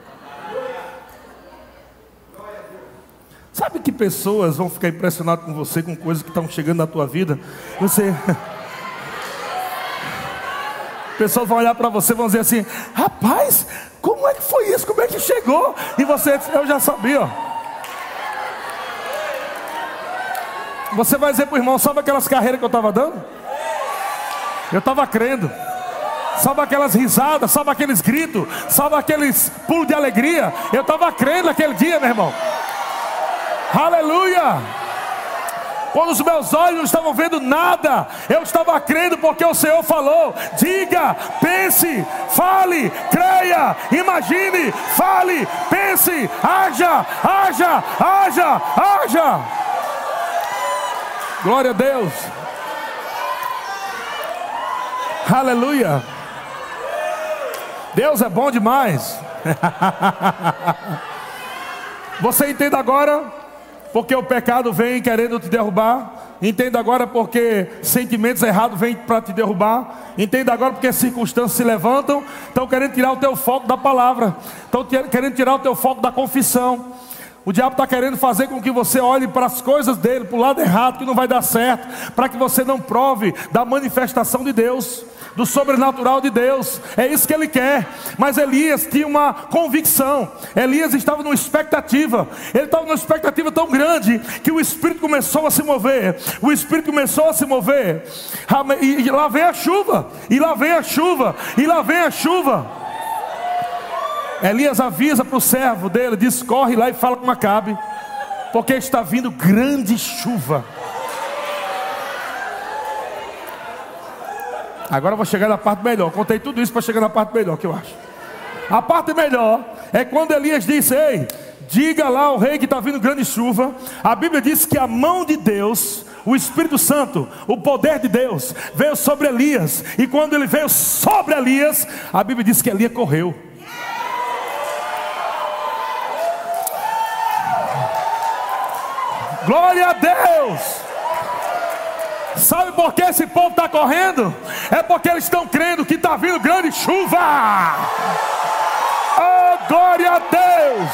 Sabe que pessoas vão ficar impressionadas com você, com coisas que estão chegando na tua vida? Você... Pessoas vão olhar para você e vão dizer assim: rapaz, como é que foi isso? Como é que chegou? E você: eu já sabia. Você vai dizer para o irmão: sabe aquelas carreiras que eu estava dando? Eu estava crendo. Sabe aquelas risadas, sabe aqueles gritos, sabe aqueles pulos de alegria? Eu estava crendo naquele dia, meu irmão. Aleluia! Quando os meus olhos não estavam vendo nada, eu estava crendo porque o Senhor falou. Diga, pense, fale, creia, imagine, fale, pense, haja, haja, haja, haja. Glória a Deus. Aleluia. Deus é bom demais. Você entende agora porque o pecado vem querendo te derrubar? Entenda agora porque sentimentos errados vêm para te derrubar? Entenda agora porque circunstâncias se levantam, estão querendo tirar o teu foco da palavra, estão querendo tirar o teu foco da confissão. O diabo está querendo fazer com que você olhe para as coisas dele, para o lado errado, que não vai dar certo, para que você não prove da manifestação de Deus, do sobrenatural de Deus. É isso que ele quer. Mas Elias tinha uma convicção. Elias estava numa expectativa. Ele estava numa expectativa tão grande que o Espírito começou a se mover. O Espírito começou a se mover. E lá vem a chuva. E lá vem a chuva. E lá vem a chuva. Elias avisa para o servo dele, diz: corre lá e fala com Acabe, porque está vindo grande chuva. Agora eu vou chegar na parte melhor. Contei tudo isso para chegar na parte melhor, que eu acho. A parte melhor é quando Elias disse: ei, diga lá ao rei que está vindo grande chuva. A Bíblia diz que a mão de Deus, o Espírito Santo, o poder de Deus, veio sobre Elias. E quando ele veio sobre Elias, a Bíblia diz que Elias correu. Glória a Deus. Sabe por que esse povo está correndo? É porque eles estão crendo que está vindo grande chuva. Oh, glória a Deus.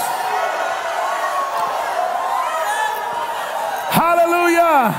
Aleluia.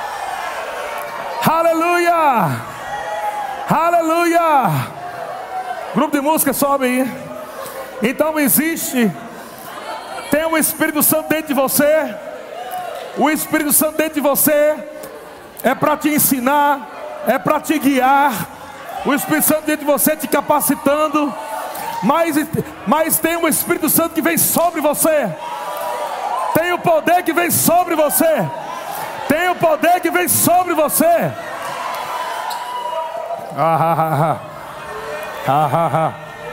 Aleluia. Aleluia. Grupo de música, sobe aí. Então existe, tem um Espírito Santo dentro de você. O Espírito Santo dentro de você é para te ensinar, é para te guiar. O Espírito Santo dentro de você te capacitando. Mas, mas tem um Espírito Santo que vem sobre você. Tem o poder que vem sobre você. Tem o poder que vem sobre você. Ah, ah, ah, ah. Ah, ah, ah.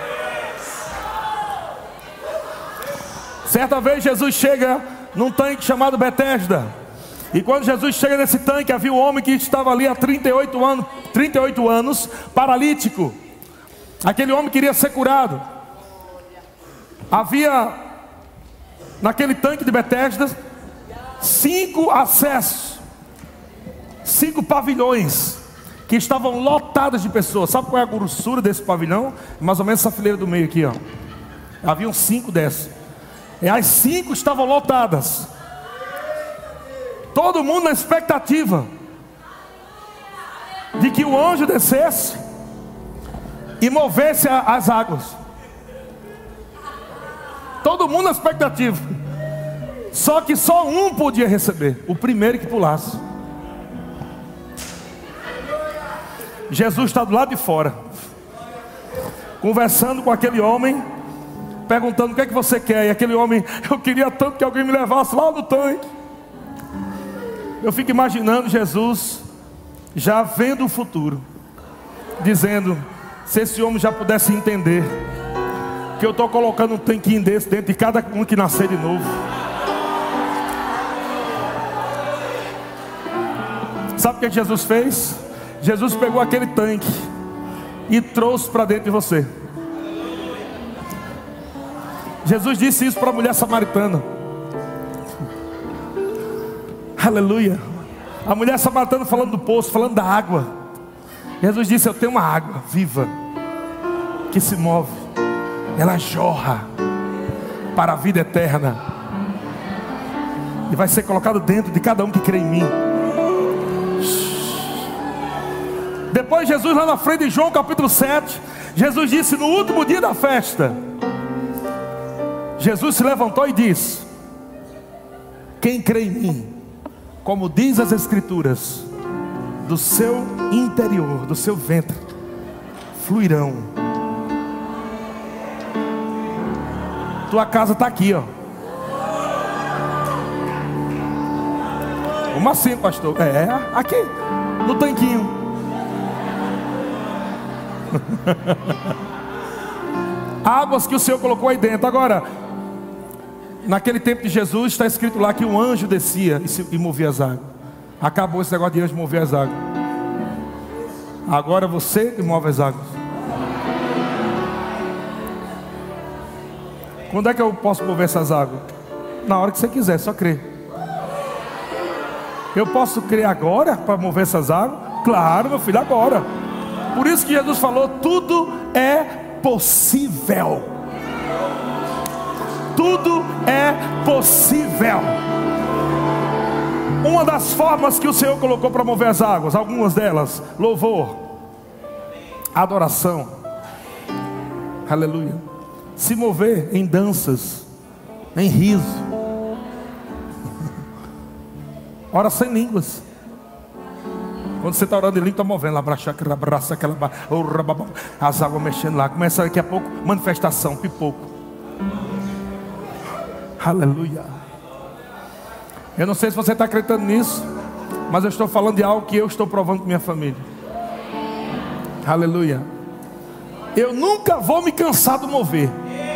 Certa vez Jesus chega num tanque chamado Betesda. E quando Jesus chega nesse tanque, havia um homem que estava ali há trinta e oito anos, trinta e oito anos, paralítico. Aquele homem queria ser curado. Havia naquele tanque de Betesda cinco acessos, cinco pavilhões que estavam lotados de pessoas. Sabe qual é a grossura desse pavilhão? Mais ou menos essa fileira do meio aqui, ó. Haviam cinco dessas. E as cinco estavam lotadas. Todo mundo na expectativa de que o anjo descesse e movesse a, as águas. Todo mundo na expectativa. Só que só um podia receber, o primeiro que pulasse. Jesus está do lado de fora. conversando com aquele homem, perguntando: o que é que você quer? E aquele homem: eu queria tanto que alguém me levasse lá no tanque. Eu fico imaginando Jesus já vendo o futuro, dizendo: se esse homem já pudesse entender que eu estou colocando um tanquinho desse dentro de cada um que nascer de novo. Sabe o que Jesus fez? Jesus pegou aquele tanque e trouxe para dentro de você. Jesus disse isso para a mulher samaritana. Aleluia. A mulher samaritana falando do poço, falando da água. Jesus disse: eu tenho uma água viva que se move, ela jorra para a vida eterna e vai ser colocado dentro de cada um que crê em mim. Depois Jesus, lá na frente de João capítulo sete, Jesus disse no último dia da festa, Jesus se levantou e disse: quem crê em mim, como diz as escrituras, do seu interior, do seu ventre, fluirão. Tua casa está aqui, ó. Como assim, pastor? É, aqui, no tanquinho. Águas que o Senhor colocou aí dentro. Agora, naquele tempo de Jesus, está escrito lá que um anjo descia e, se, e movia as águas. Acabou esse negócio de anjo mover as águas. Agora você que move as águas. Quando é que eu posso mover essas águas? Na hora que você quiser, só crer. Eu posso crer agora para mover essas águas? Claro, meu filho, agora. Por isso que Jesus falou: tudo é possível. Tudo é possível. Uma das formas que o Senhor colocou para mover as águas, algumas delas: louvor, adoração, aleluia, se mover em danças, em riso, ora sem línguas. Quando você está orando em língua, está movendo lá, abraça aquela, abraça aquela, as águas mexendo lá. Começa daqui a pouco, manifestação, pipoco. Aleluia. Eu não sei se você está acreditando nisso, mas eu estou falando de algo que eu estou provando com minha família. Aleluia. Eu nunca vou me cansar de mover.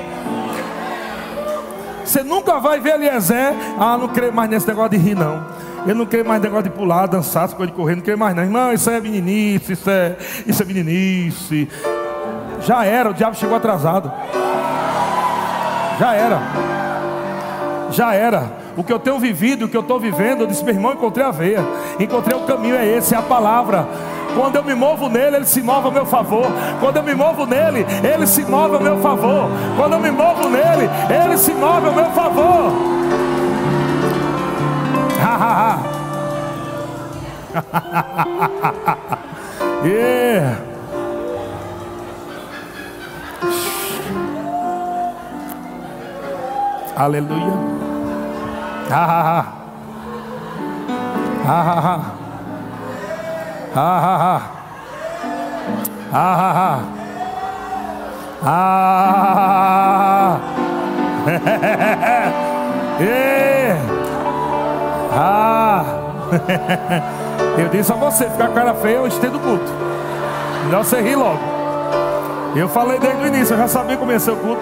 Você nunca vai ver Eliezer: ah, não creio mais nesse negócio de rir, não. Eu não creio mais negócio de pular, dançar, essa coisa de correr, não creio mais não. Irmão, isso é meninice, isso é, isso é meninice. Já era, o diabo chegou atrasado. Já era. Já era. O que eu tenho vivido, o que eu estou vivendo, eu disse: meu irmão, encontrei a veia. Encontrei o caminho, é esse, é a palavra. Quando eu me movo nele, ele se move ao meu favor. Quando eu me movo nele, ele se move ao meu favor. Quando eu me movo nele, ele se move ao meu favor. Ha, ha, ha. Yeah. Aleluia. Ha, ha, ha. Ha, ha, ha. Ha, ha, ha. Ha, ha, ha. Ah. Yeah. Ah. Eu disse a você: ficar com cara feia, eu estendo o culto. Melhor você rir logo. Eu falei desde o início, eu já sabia como ia ser o culto.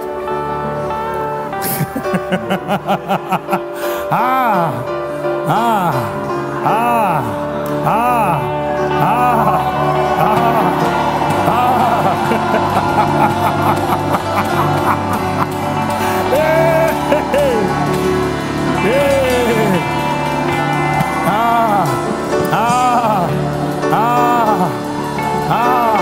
Ah. Ah. Ah. Ah. Ah. Ah. Ah. Ei. Ei. Ah. Ah. Ah. Ah.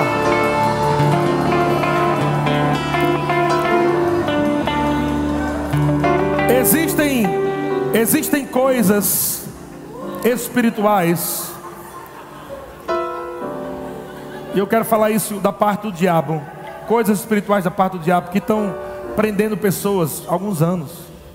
Existem, existem coisas espirituais, e eu quero falar isso da parte do diabo. Coisas espirituais da parte do diabo que estão prendendo pessoas há alguns anos.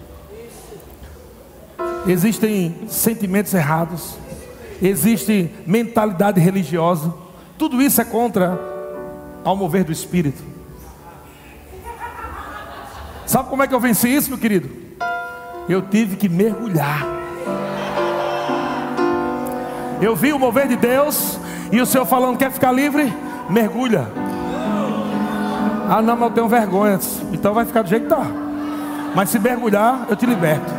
Existem sentimentos errados, existe mentalidade religiosa. Tudo isso é contra ao mover do Espírito. Sabe como é que eu venci isso, meu querido? Eu tive que mergulhar. Eu vi o mover de Deus e o Senhor falando: quer ficar livre? Mergulha. Ah não, mas eu tenho vergonha. Então vai ficar do jeito que está. Mas se mergulhar, eu te liberto.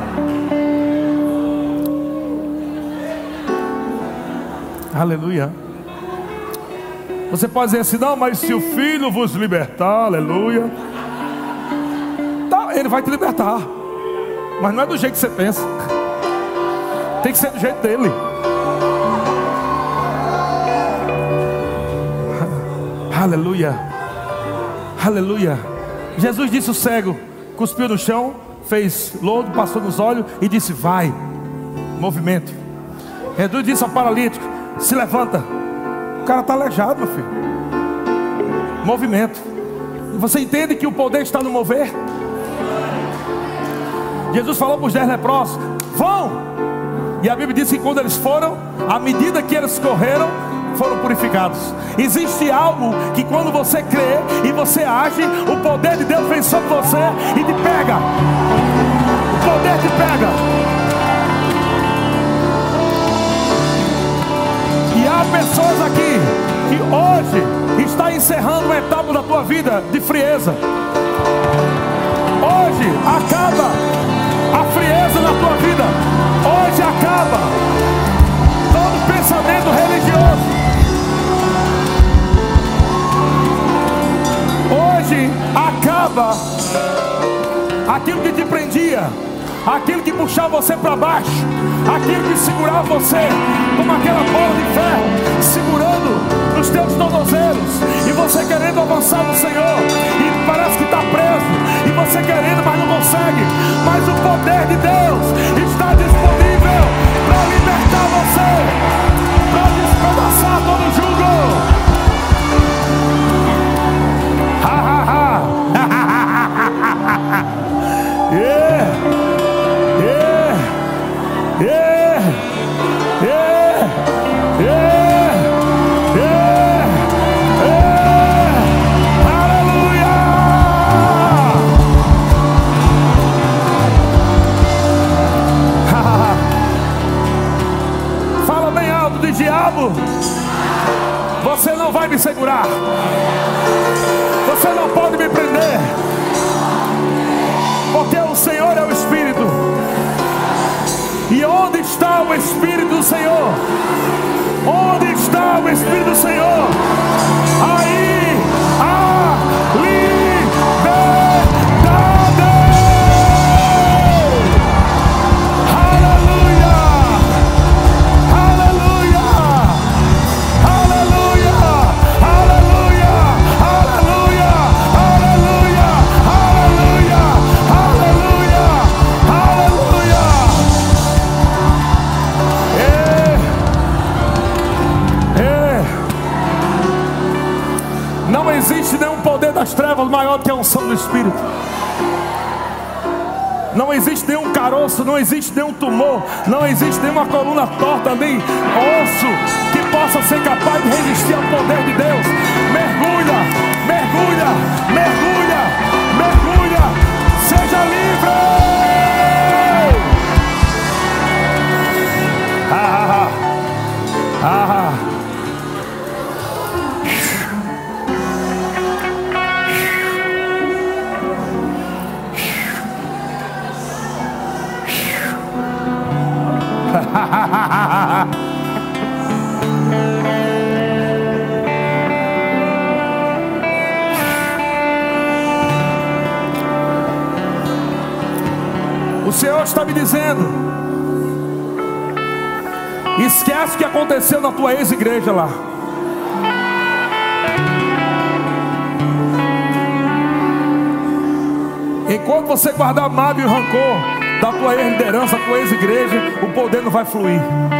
Aleluia. Você pode dizer assim: não, mas se o Filho vos libertar, aleluia, tá, Ele vai te libertar. Mas não é do jeito que você pensa. Tem que ser do jeito dele. Aleluia. Aleluia. Jesus disse: o cego cuspiu no chão, fez lodo, passou nos olhos e disse: vai. Movimento. Jesus disse ao paralítico: se levanta. O cara está aleijado, meu filho. Movimento. E você entende que o poder está no mover? Jesus falou para os dez leprosos: vão. E a Bíblia diz que quando eles foram, à medida que eles correram, foram purificados. Existe algo que quando você crê e você age, o poder de Deus vem sobre você e te pega. O poder te pega. E há pessoas aqui que hoje está encerrando uma etapa da tua vida de frieza. Hoje acaba a frieza na tua vida. Hoje acaba todo pensamento religioso. Hoje acaba aquilo que te prendia, aquilo que puxava você para baixo, aquilo que segurava você como aquela bola de ferro, segurando nos teus tornozelos, e você querendo avançar no Senhor, e parece que está preso, e você querendo, mas não consegue. Mas o poder de Deus está disponível para libertar você, para despedaçar todo o jugo. Ha ha ha. Yeah. Yeah. Yeah. Yeah. Yeah. Yeah. Yeah. Aleluia. Fala bem alto: de diabo, você não vai me segurar. Você não pode me prender, porque o Senhor é o Espírito. E onde está o Espírito do Senhor? Onde está o Espírito do Senhor? Aí há liberdade. Aleluia. Aleluia. Aleluia. Aleluia. Aleluia. Aleluia. Aleluia. Aleluia. Aleluia. É. É. Não existe nenhum poder das trevas maior do que a unção do Espírito. Não existe nenhum caroço, não existe nenhum tumor, não existe nenhuma coluna torta ali, osso que possa ser capaz de resistir ao poder de Deus. Mergulha, mergulha, mergulha, mergulha, seja livre. Ah, ah, ah. O Senhor está me dizendo: esquece o que aconteceu na tua ex-igreja lá. Enquanto você guardar mágoa e rancor da tua ex-liderança, da tua ex-igreja, o poder não vai fluir.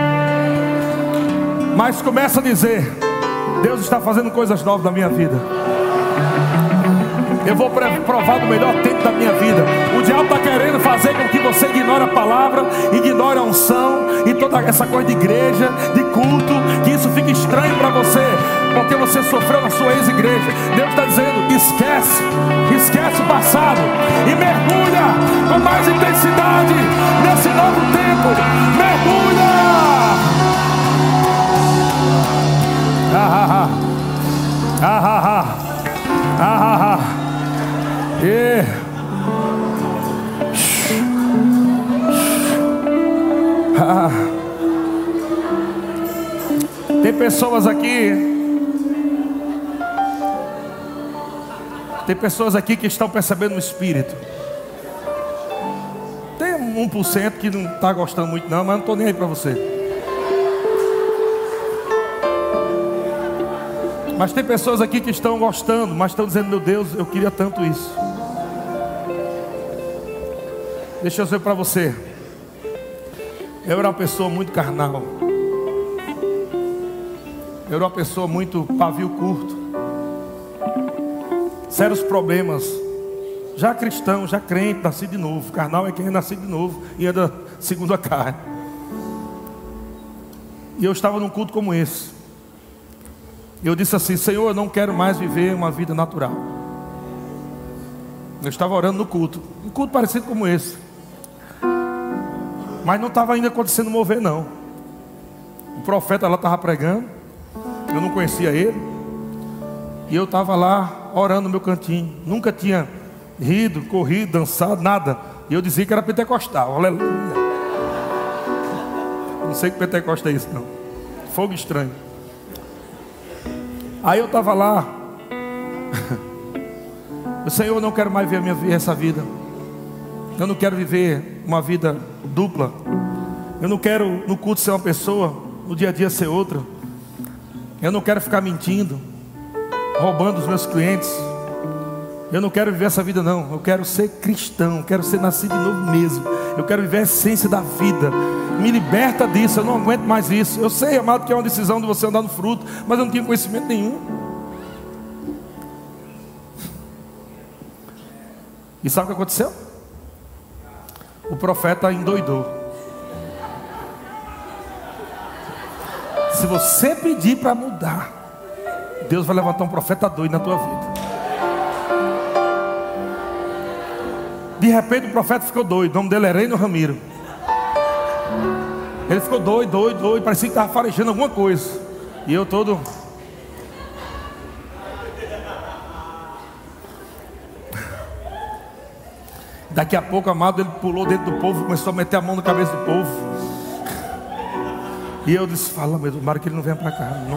Mas começa a dizer: Deus está fazendo coisas novas na minha vida. Eu vou provar do melhor tempo da minha vida. O diabo está querendo fazer com que você ignore a palavra, ignore a unção e toda essa coisa de igreja, de culto, que isso fique estranho para você, porque você sofreu na sua ex-igreja. Deus está dizendo: esquece, esquece o passado e mergulha com mais intensidade nesse novo tempo. Mergulha! Ah, ah, ah, ah, ah, ah, ah. E... ah. Tem pessoas aqui, tem pessoas aqui que estão percebendo o Espírito. Tem um por cento que não está gostando muito não, mas não estou nem aí para você. Mas tem pessoas aqui que estão gostando, mas estão dizendo: meu Deus, eu queria tanto isso. Deixa eu dizer para você, eu era uma pessoa muito carnal. Eu era uma pessoa muito pavio curto. Sérios problemas. Já cristão, já crente, nascido de novo. Carnal é quem é nascido de novo e anda segundo a carne. E eu estava num culto como esse. E eu disse assim: Senhor, eu não quero mais viver uma vida natural. Eu estava orando no culto, um culto parecido como esse, mas não estava ainda acontecendo mover não. O profeta lá estava pregando, eu não conhecia ele, e eu estava lá orando no meu cantinho. Nunca tinha rido, corrido, dançado, nada. E eu dizia que era pentecostal. Aleluia. Não sei que pentecostal é isso não. Fogo estranho. Aí eu estava lá. O Senhor, eu não quero mais ver a minha, essa vida. Eu não quero viver uma vida dupla. Eu não quero no culto ser uma pessoa, no dia a dia ser outra. Eu não quero ficar mentindo, roubando os meus clientes. Eu não quero viver essa vida não. Eu quero ser cristão, eu quero ser nascido de novo mesmo. Eu quero viver a essência da vida. Me liberta disso, eu não aguento mais isso. Eu sei, amado, que é uma decisão de você andar no fruto, mas eu não tinha conhecimento nenhum. E sabe o que aconteceu? O profeta endoidou. Se você pedir para mudar, Deus vai levantar um profeta doido na tua vida. De repente o profeta ficou doido. O nome dele era Reino Ramiro. Ele ficou doido, doido, doido. Parecia que estava farejando alguma coisa. E eu todo... Daqui a pouco, amado, ele pulou dentro do povo, começou a meter a mão na cabeça do povo. E eu disse: fala, meu Deus, que ele não venha para cá. Não.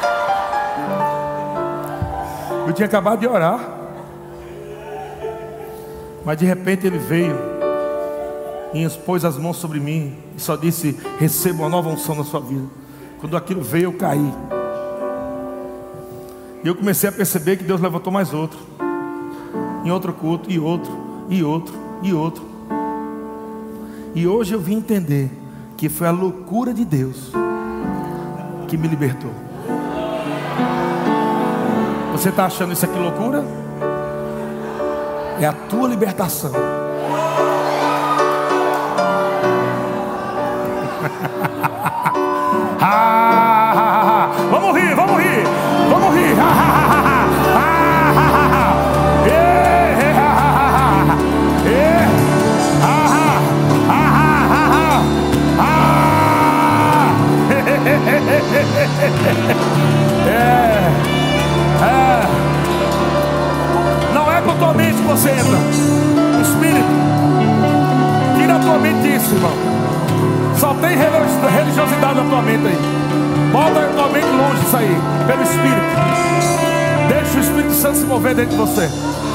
Eu tinha acabado de orar, mas de repente ele veio e expôs as mãos sobre mim e só disse: receba uma nova unção na sua vida. Quando aquilo veio, eu caí. E eu comecei a perceber que Deus levantou mais outro, em outro culto, e outro, e outro, e outro. E hoje eu vim entender que foi a loucura de Deus que me libertou. Você está achando isso aqui loucura? É a tua libertação. ah, ah, ah, ah. Vamos rir, vamos rir, vamos rir. Ah, ah, ah, ah. É, é. Não é com a tua mente que você entra. O Espírito. Tira a tua mente disso, irmão. Só tem religiosidade na tua mente aí. Bota a tua mente longe disso aí. Pelo Espírito. Deixa o Espírito Santo se mover dentro de você.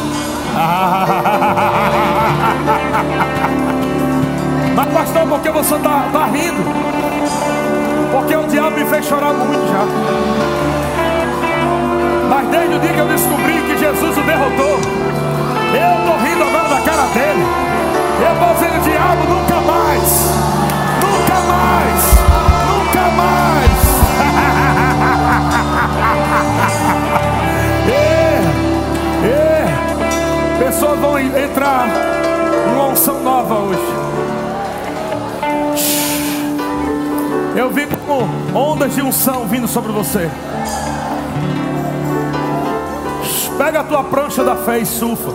Mas pastor, por que você está tá rindo? Porque o diabo me fez chorar muito já. Mas desde o dia que eu descobri que Jesus o derrotou, eu estou rindo agora da cara dele. Eu estou dizendo: diabo, nunca mais, nunca mais, nunca mais. é, é. como ondas de unção vindo sobre você. Pega a tua prancha da fé e surfa.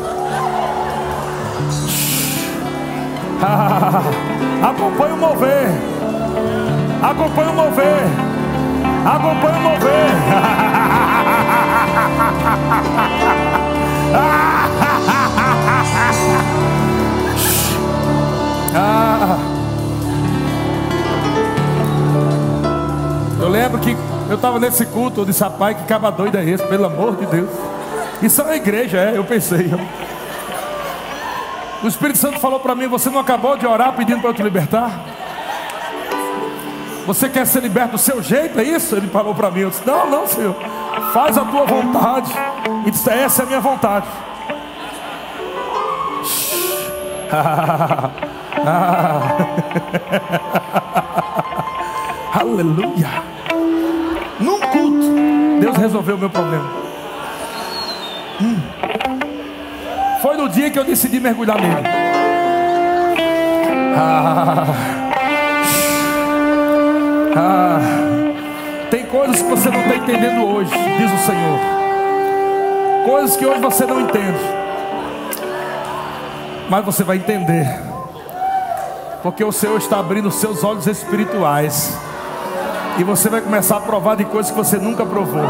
Acompanha o mover. Acompanha o mover. Acompanha o mover. Ah. Eu lembro que eu estava nesse culto, eu disse, rapaz, que caba doido é esse, pelo amor de Deus. Isso é uma igreja, é, eu pensei. O Espírito Santo falou para mim, você não acabou de orar pedindo para eu te libertar? Você quer ser liberto do seu jeito, é isso? Ele falou para mim, eu disse, não, não, Senhor, faz a tua vontade. E disse, essa é a minha vontade. Ah, ah. Aleluia. Num culto Deus resolveu o meu problema. hum. Foi no dia que eu decidi mergulhar nele. ah. Ah. Tem coisas que você não está entendendo hoje, diz o Senhor. Coisas que hoje você não entende, mas você vai entender, porque o Senhor está abrindo os seus olhos espirituais, e você vai começar a provar de coisas que você nunca provou.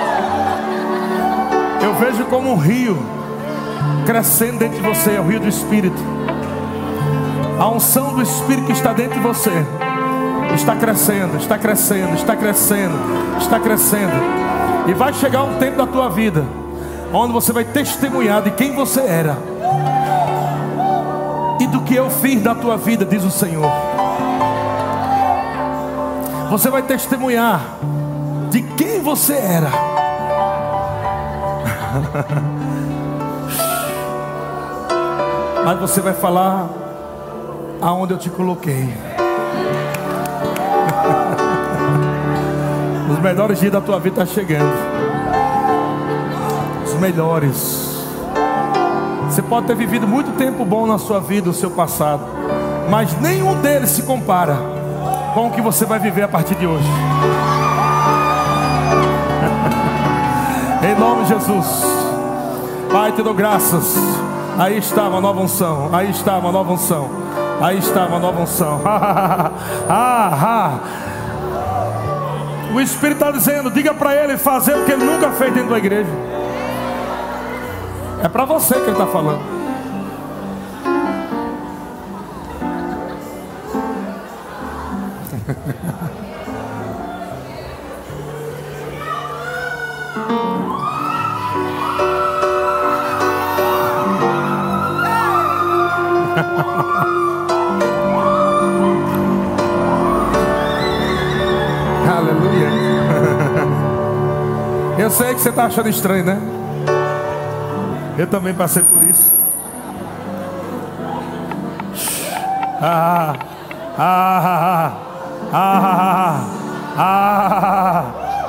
Eu vejo como um rio crescendo dentro de você, é o rio do Espírito. A unção do Espírito que está dentro de você está crescendo, está crescendo, está crescendo, está crescendo. E vai chegar um tempo da tua vida onde você vai testemunhar de quem você era e do que eu fiz na tua vida, diz o Senhor. Você vai testemunhar de quem você era. Mas você vai falar aonde eu te coloquei. Os melhores dias da tua vida estão chegando. Os melhores. Você pode ter vivido muito tempo bom na sua vida, o seu passado, mas nenhum deles se compara com o que você vai viver a partir de hoje. Em nome de Jesus. Pai, te dou graças. Aí está uma nova unção. Aí está uma nova unção. Aí está uma nova unção. ah, ah. O Espírito está dizendo, diga para ele fazer o que ele nunca fez dentro da igreja. É para você que ele está falando. Aleluia. Eu sei que você está achando estranho, né? Eu também passei por isso. Ah, ah, ah, ah, ah,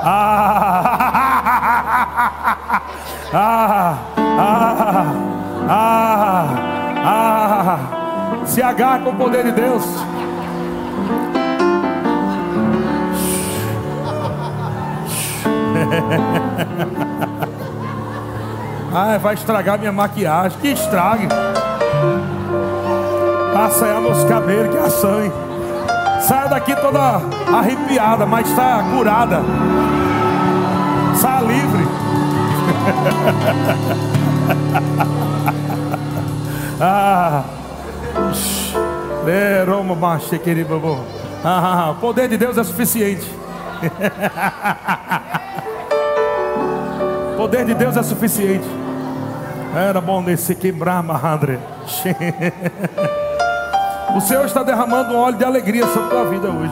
ah, ah, ah, ah. Se agarra com o poder de Deus. Ai, vai estragar minha maquiagem. Que estrague. Passa aí nos cabelos, que é sangue. Saia daqui toda arrepiada, mas está curada. Saia livre. Ah, ah, o poder de Deus é suficiente. O poder de Deus é suficiente. Era bom nesse quebrar, Mahandre. O Senhor está derramando um óleo de alegria sobre a tua vida hoje.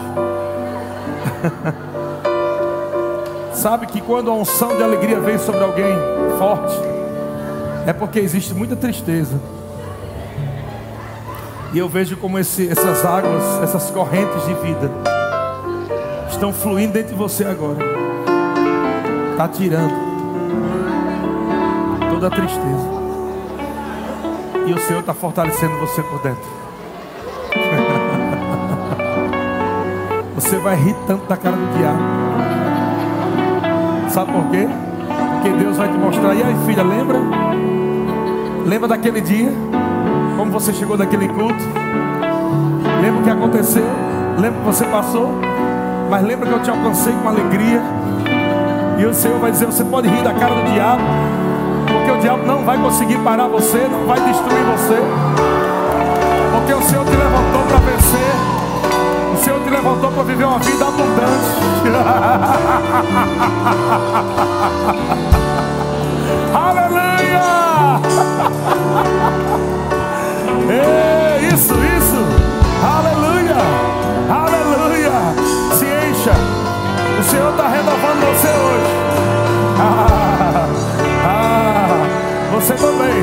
Sabe que quando a unção de alegria vem sobre alguém forte, é porque existe muita tristeza. E eu vejo como esse, essas águas, essas correntes de vida estão fluindo dentro de você agora. Está tirando toda a tristeza. E o Senhor está fortalecendo você por dentro. você vai rir tanto da cara do diabo. Sabe por quê? Porque Deus vai te mostrar. E aí, filha, lembra? Lembra daquele dia? Como você chegou daquele culto? Lembra o que aconteceu? Lembra o que você passou? Mas lembra que eu te alcancei com alegria. E o Senhor vai dizer, você pode rir da cara do diabo, porque o diabo não vai conseguir parar você, não vai destruir você, porque o Senhor te levantou para vencer. O Senhor te levantou para viver uma vida abundante. Aleluia! É isso, isso. Aleluia! Aleluia! Se encha. O Senhor está renovando você hoje. Ah, ah, você também.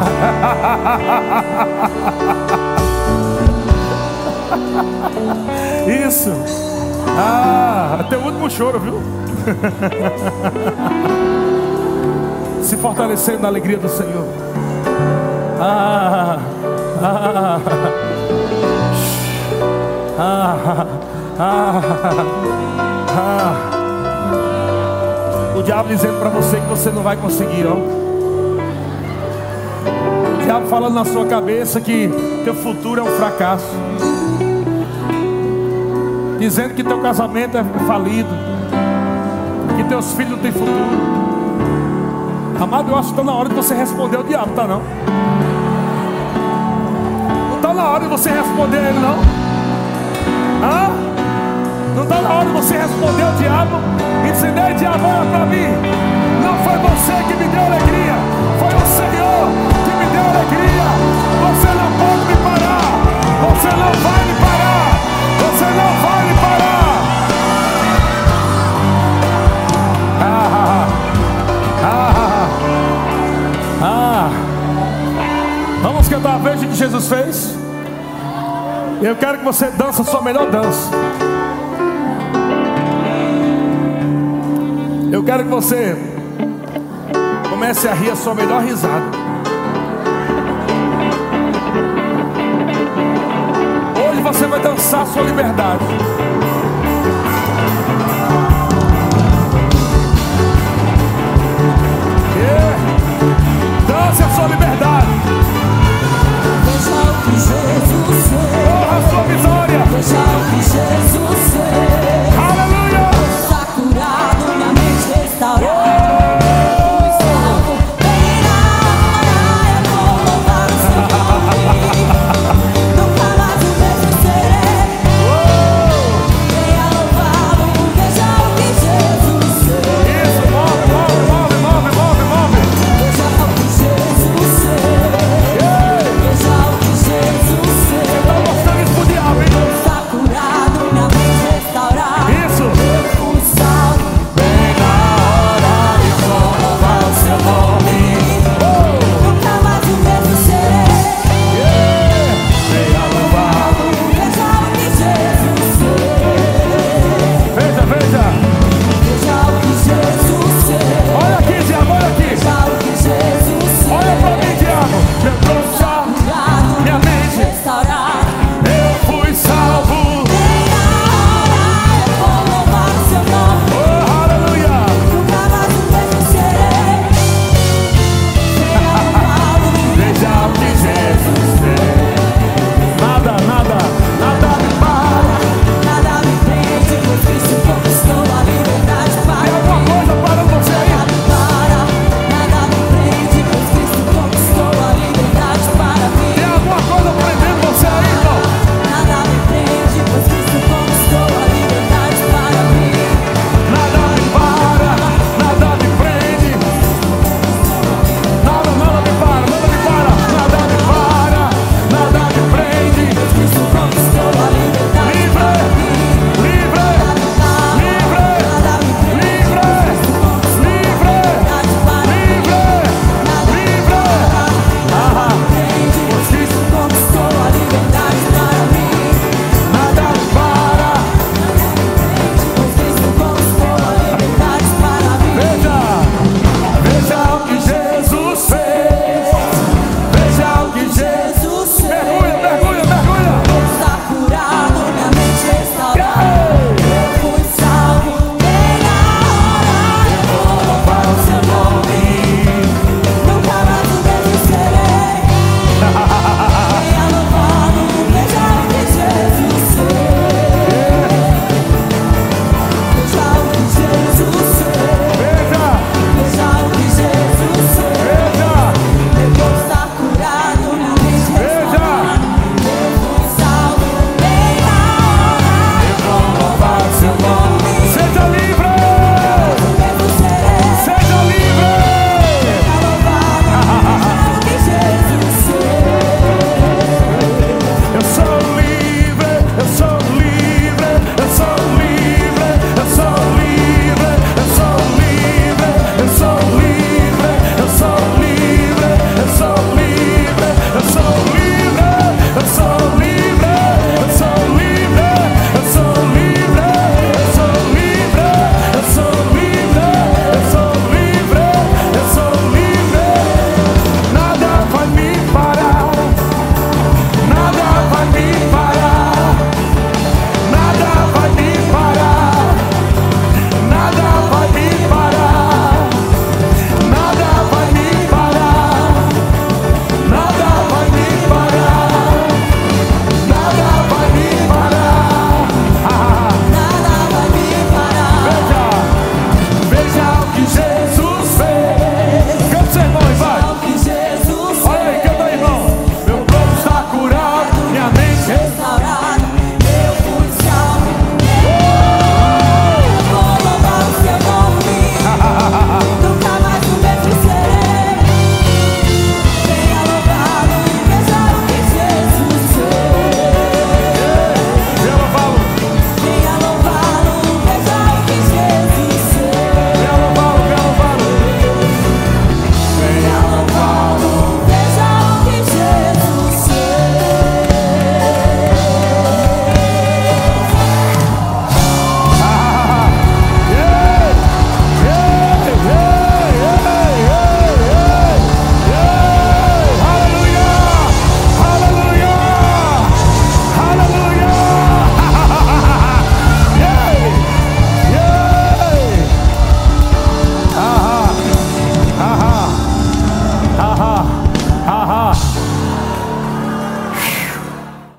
Isso. Ah, até o último choro, viu? Se fortalecendo na alegria do Senhor. Ah, ah, ah, ah, ah. O diabo dizendo para você que você não vai conseguir, ó. O diabo falando na sua cabeça que teu futuro é um fracasso, dizendo que teu casamento é falido, que teus filhos não têm futuro. Amado, eu acho que está na hora de você responder ao diabo, tá não? Não está na hora de você responder a ele, não? Hã? Não está na hora de você responder ao diabo e dizer, ei, diabo, olha para mim. Não foi você que me deu alegria, foi o Senhor que me deu alegria. Você não pode me parar, você não vai me parar, você não vai me parar. Ah, ah, ah. Vamos cantar a vez que Jesus fez. Eu quero que você dança a sua melhor dança. Eu quero que você comece a rir a sua melhor risada. Hoje você vai dançar a sua liberdade.